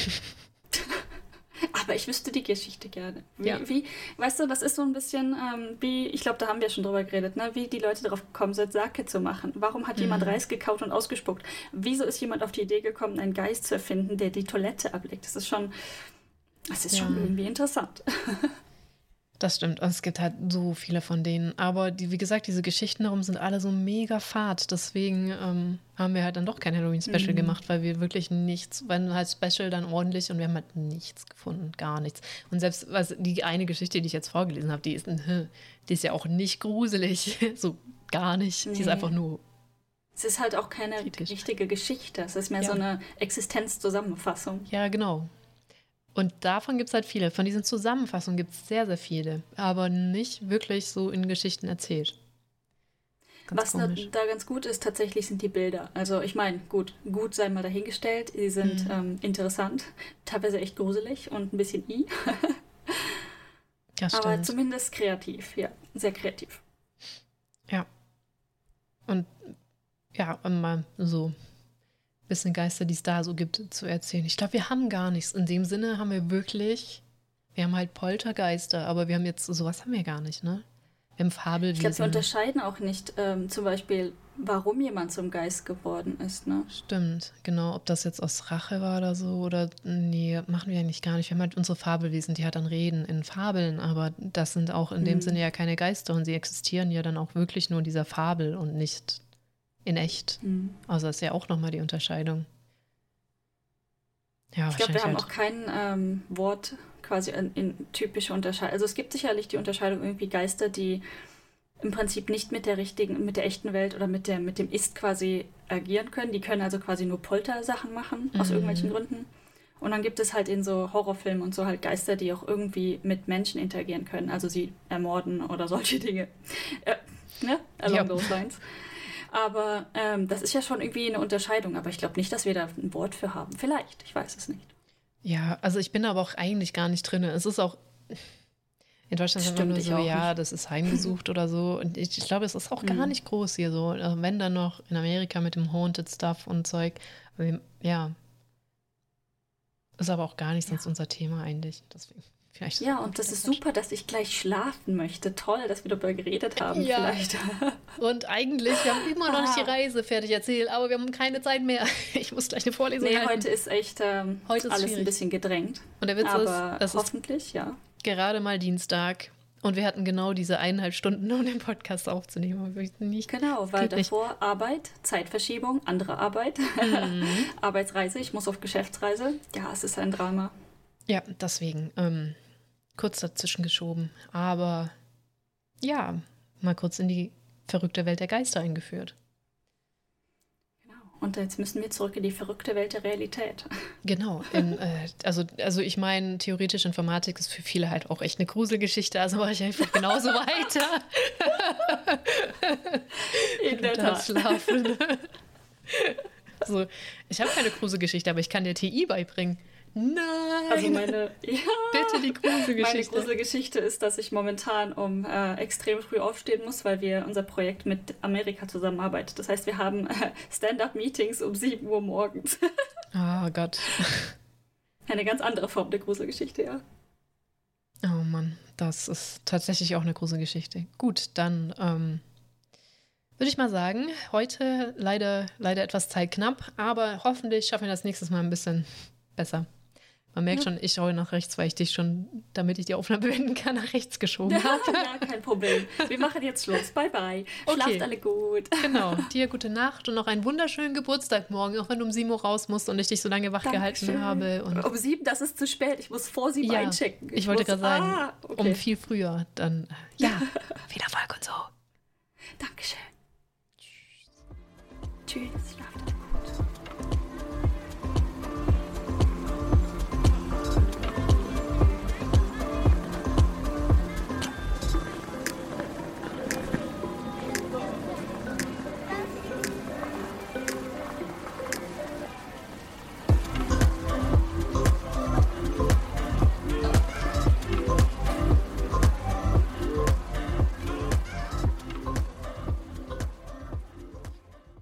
Speaker 2: Aber ich wüsste die Geschichte gerne. Wie,
Speaker 1: Ja.
Speaker 2: wie, weißt du, das ist so ein bisschen ähm, wie, ich glaube, da haben wir schon drüber geredet, ne? Wie die Leute darauf gekommen sind, Sake zu machen. Warum hat jemand
Speaker 1: Mhm.
Speaker 2: Reis gekaut und ausgespuckt? Wieso ist jemand auf die Idee gekommen, einen Geist zu erfinden, der die Toilette ableckt? Das ist schon, das ist schon
Speaker 1: Ja.
Speaker 2: irgendwie interessant.
Speaker 1: Das stimmt. Und es gibt halt so viele von denen. Aber die, wie gesagt, diese Geschichten darum sind alle so mega fad. Deswegen ähm, haben wir halt dann doch kein Halloween-Special
Speaker 2: Mhm.
Speaker 1: gemacht, weil wir wirklich nichts, wenn halt Special, dann ordentlich und wir haben halt nichts gefunden. Gar nichts. Und selbst was, die eine Geschichte, die ich jetzt vorgelesen habe, die ist, ein, die ist ja auch nicht gruselig. So gar nicht. Die ist
Speaker 2: Nee.
Speaker 1: einfach nur.
Speaker 2: Es ist halt auch keine
Speaker 1: Kritisch.
Speaker 2: richtige Geschichte. Es ist mehr
Speaker 1: Ja.
Speaker 2: so eine Existenzzusammenfassung.
Speaker 1: Ja, genau. Und davon gibt es halt viele. Von diesen Zusammenfassungen gibt es sehr, sehr viele. Aber nicht wirklich so in Geschichten erzählt. Ganz
Speaker 2: Was da,
Speaker 1: komisch.
Speaker 2: da ganz gut ist, tatsächlich sind die Bilder. Also ich meine, gut, gut sei mal dahingestellt. Sie sind
Speaker 1: Mhm.
Speaker 2: ähm, interessant, teilweise echt gruselig und ein bisschen i.
Speaker 1: Das
Speaker 2: Aber
Speaker 1: stimmt.
Speaker 2: zumindest kreativ, ja, sehr kreativ.
Speaker 1: Ja. Und ja, um mal so ein bisschen Geister, die es da so gibt, zu erzählen. Ich glaube, wir haben gar nichts. In dem Sinne haben wir wirklich, wir haben halt Poltergeister, aber wir haben jetzt, sowas haben wir gar nicht, ne? Wir haben
Speaker 2: Ich glaube, wir
Speaker 1: Fabelwesen.
Speaker 2: unterscheiden auch nicht ähm, zum Beispiel, warum jemand zum Geist geworden ist. Ne?
Speaker 1: Stimmt, genau. Ob das jetzt aus Rache war oder so, oder nee, machen wir eigentlich gar nicht. Wir haben halt unsere Fabelwesen, die halt dann reden in Fabeln, aber das sind auch in dem
Speaker 2: Mhm.
Speaker 1: Sinne ja keine Geister und sie existieren ja dann auch wirklich nur in dieser Fabel und nicht in echt.
Speaker 2: Mhm.
Speaker 1: Also das ist ja auch nochmal die Unterscheidung. Ja,
Speaker 2: Ich glaube, wir haben
Speaker 1: wahrscheinlich
Speaker 2: auch kein ähm, Wort quasi in, in typische Unterscheidung. Also es gibt sicherlich die Unterscheidung irgendwie Geister, die im Prinzip nicht mit der richtigen, mit der echten Welt oder mit der, mit dem Ist quasi agieren können. Die können also quasi nur Poltersachen machen, aus
Speaker 1: Mhm.
Speaker 2: irgendwelchen Gründen. Und dann gibt es halt in so Horrorfilmen und so halt Geister, die auch irgendwie mit Menschen interagieren können. Also sie ermorden oder solche Dinge. Äh, ne? Along
Speaker 1: Ja.
Speaker 2: those lines. Aber ähm, das ist ja schon irgendwie eine Unterscheidung. Aber ich glaube nicht, dass wir da ein Wort für haben. Vielleicht, ich weiß es nicht.
Speaker 1: Ja, also ich bin aber auch eigentlich gar nicht drin. Es ist auch, in Deutschland sind wir
Speaker 2: Stimmt,
Speaker 1: nur
Speaker 2: ich
Speaker 1: so,
Speaker 2: auch
Speaker 1: ja,
Speaker 2: nicht.
Speaker 1: das ist heimgesucht oder so. Und ich, ich glaube, es ist auch gar
Speaker 2: Mhm.
Speaker 1: nicht groß hier so. Also wenn dann noch in Amerika mit dem Haunted Stuff und Zeug. Aber wir- Ja, ist aber auch gar nicht sonst
Speaker 2: Ja.
Speaker 1: unser Thema eigentlich. Deswegen vielleicht
Speaker 2: Ja,
Speaker 1: auch
Speaker 2: und das
Speaker 1: wieder
Speaker 2: ist
Speaker 1: Quatsch.
Speaker 2: super, dass ich gleich schlafen möchte. Toll, dass wir darüber geredet haben.
Speaker 1: Ja.
Speaker 2: Vielleicht.
Speaker 1: Und eigentlich, wir haben immer noch nicht die
Speaker 2: Ah.
Speaker 1: Reise fertig erzählt, aber wir haben keine Zeit mehr. Ich muss gleich eine Vorlesung
Speaker 2: Nee,
Speaker 1: halten.
Speaker 2: heute ist echt ähm,
Speaker 1: Heute ist
Speaker 2: alles
Speaker 1: schwierig.
Speaker 2: ein bisschen gedrängt.
Speaker 1: Und der Witz
Speaker 2: Aber
Speaker 1: ist, es ist
Speaker 2: hoffentlich, ja.
Speaker 1: gerade mal Dienstag und wir hatten genau diese eineinhalb Stunden, um den Podcast aufzunehmen. Aber wir nicht,
Speaker 2: Genau, weil
Speaker 1: geht nicht.
Speaker 2: davor Arbeit, Zeitverschiebung, andere Arbeit,
Speaker 1: Mhm.
Speaker 2: Arbeitsreise, ich muss auf Geschäftsreise. Ja, es ist ein Drama.
Speaker 1: Ja, deswegen ähm, kurz dazwischen geschoben. Aber ja, mal kurz in die verrückte Welt der Geister eingeführt.
Speaker 2: Genau. Und jetzt müssen wir zurück in die verrückte Welt der Realität.
Speaker 1: Genau. In, äh, also, also ich meine, theoretisch Informatik ist für viele halt auch echt eine Gruselgeschichte, also mache ich einfach genauso weiter.
Speaker 2: In der Tat.
Speaker 1: Schlafen. So, ich habe keine Gruselgeschichte, aber ich kann dir T I beibringen. Nein!
Speaker 2: Also meine, ja,
Speaker 1: bitte die Gruselgeschichte.
Speaker 2: Meine Gruselgeschichte ist, dass ich momentan um äh, extrem früh aufstehen muss, weil wir unser Projekt mit Amerika zusammenarbeitet. Das heißt, wir haben äh, Stand-up-Meetings um sieben Uhr morgens.
Speaker 1: Oh Gott.
Speaker 2: Eine ganz andere Form der Gruselgeschichte, ja.
Speaker 1: Oh Mann, das ist tatsächlich auch eine Gruselgeschichte. Gut, dann ähm, würde ich mal sagen, heute leider, leider etwas zeitknapp, aber hoffentlich schaffen wir das nächstes Mal ein bisschen besser. Man merkt ja. schon, ich schaue nach rechts, weil ich dich schon, damit ich die Aufnahme beenden kann, nach rechts geschoben habe.
Speaker 2: Ja, kein Problem. Wir machen jetzt Schluss. Bye, bye.
Speaker 1: Okay.
Speaker 2: Schlaft alle gut.
Speaker 1: Genau. Dir gute Nacht und noch einen wunderschönen Geburtstag morgen, auch wenn du um sieben Uhr raus musst und ich dich so lange wach
Speaker 2: Dankeschön.
Speaker 1: gehalten habe. Und
Speaker 2: um sieben, das ist zu spät. Ich muss vor sieben
Speaker 1: ja,
Speaker 2: einchecken.
Speaker 1: Ich, ich wollte gerade sagen,
Speaker 2: ah, okay.
Speaker 1: um viel früher. Dann, ja, viel Erfolg und so.
Speaker 2: Dankeschön. Tschüss. Tschüss.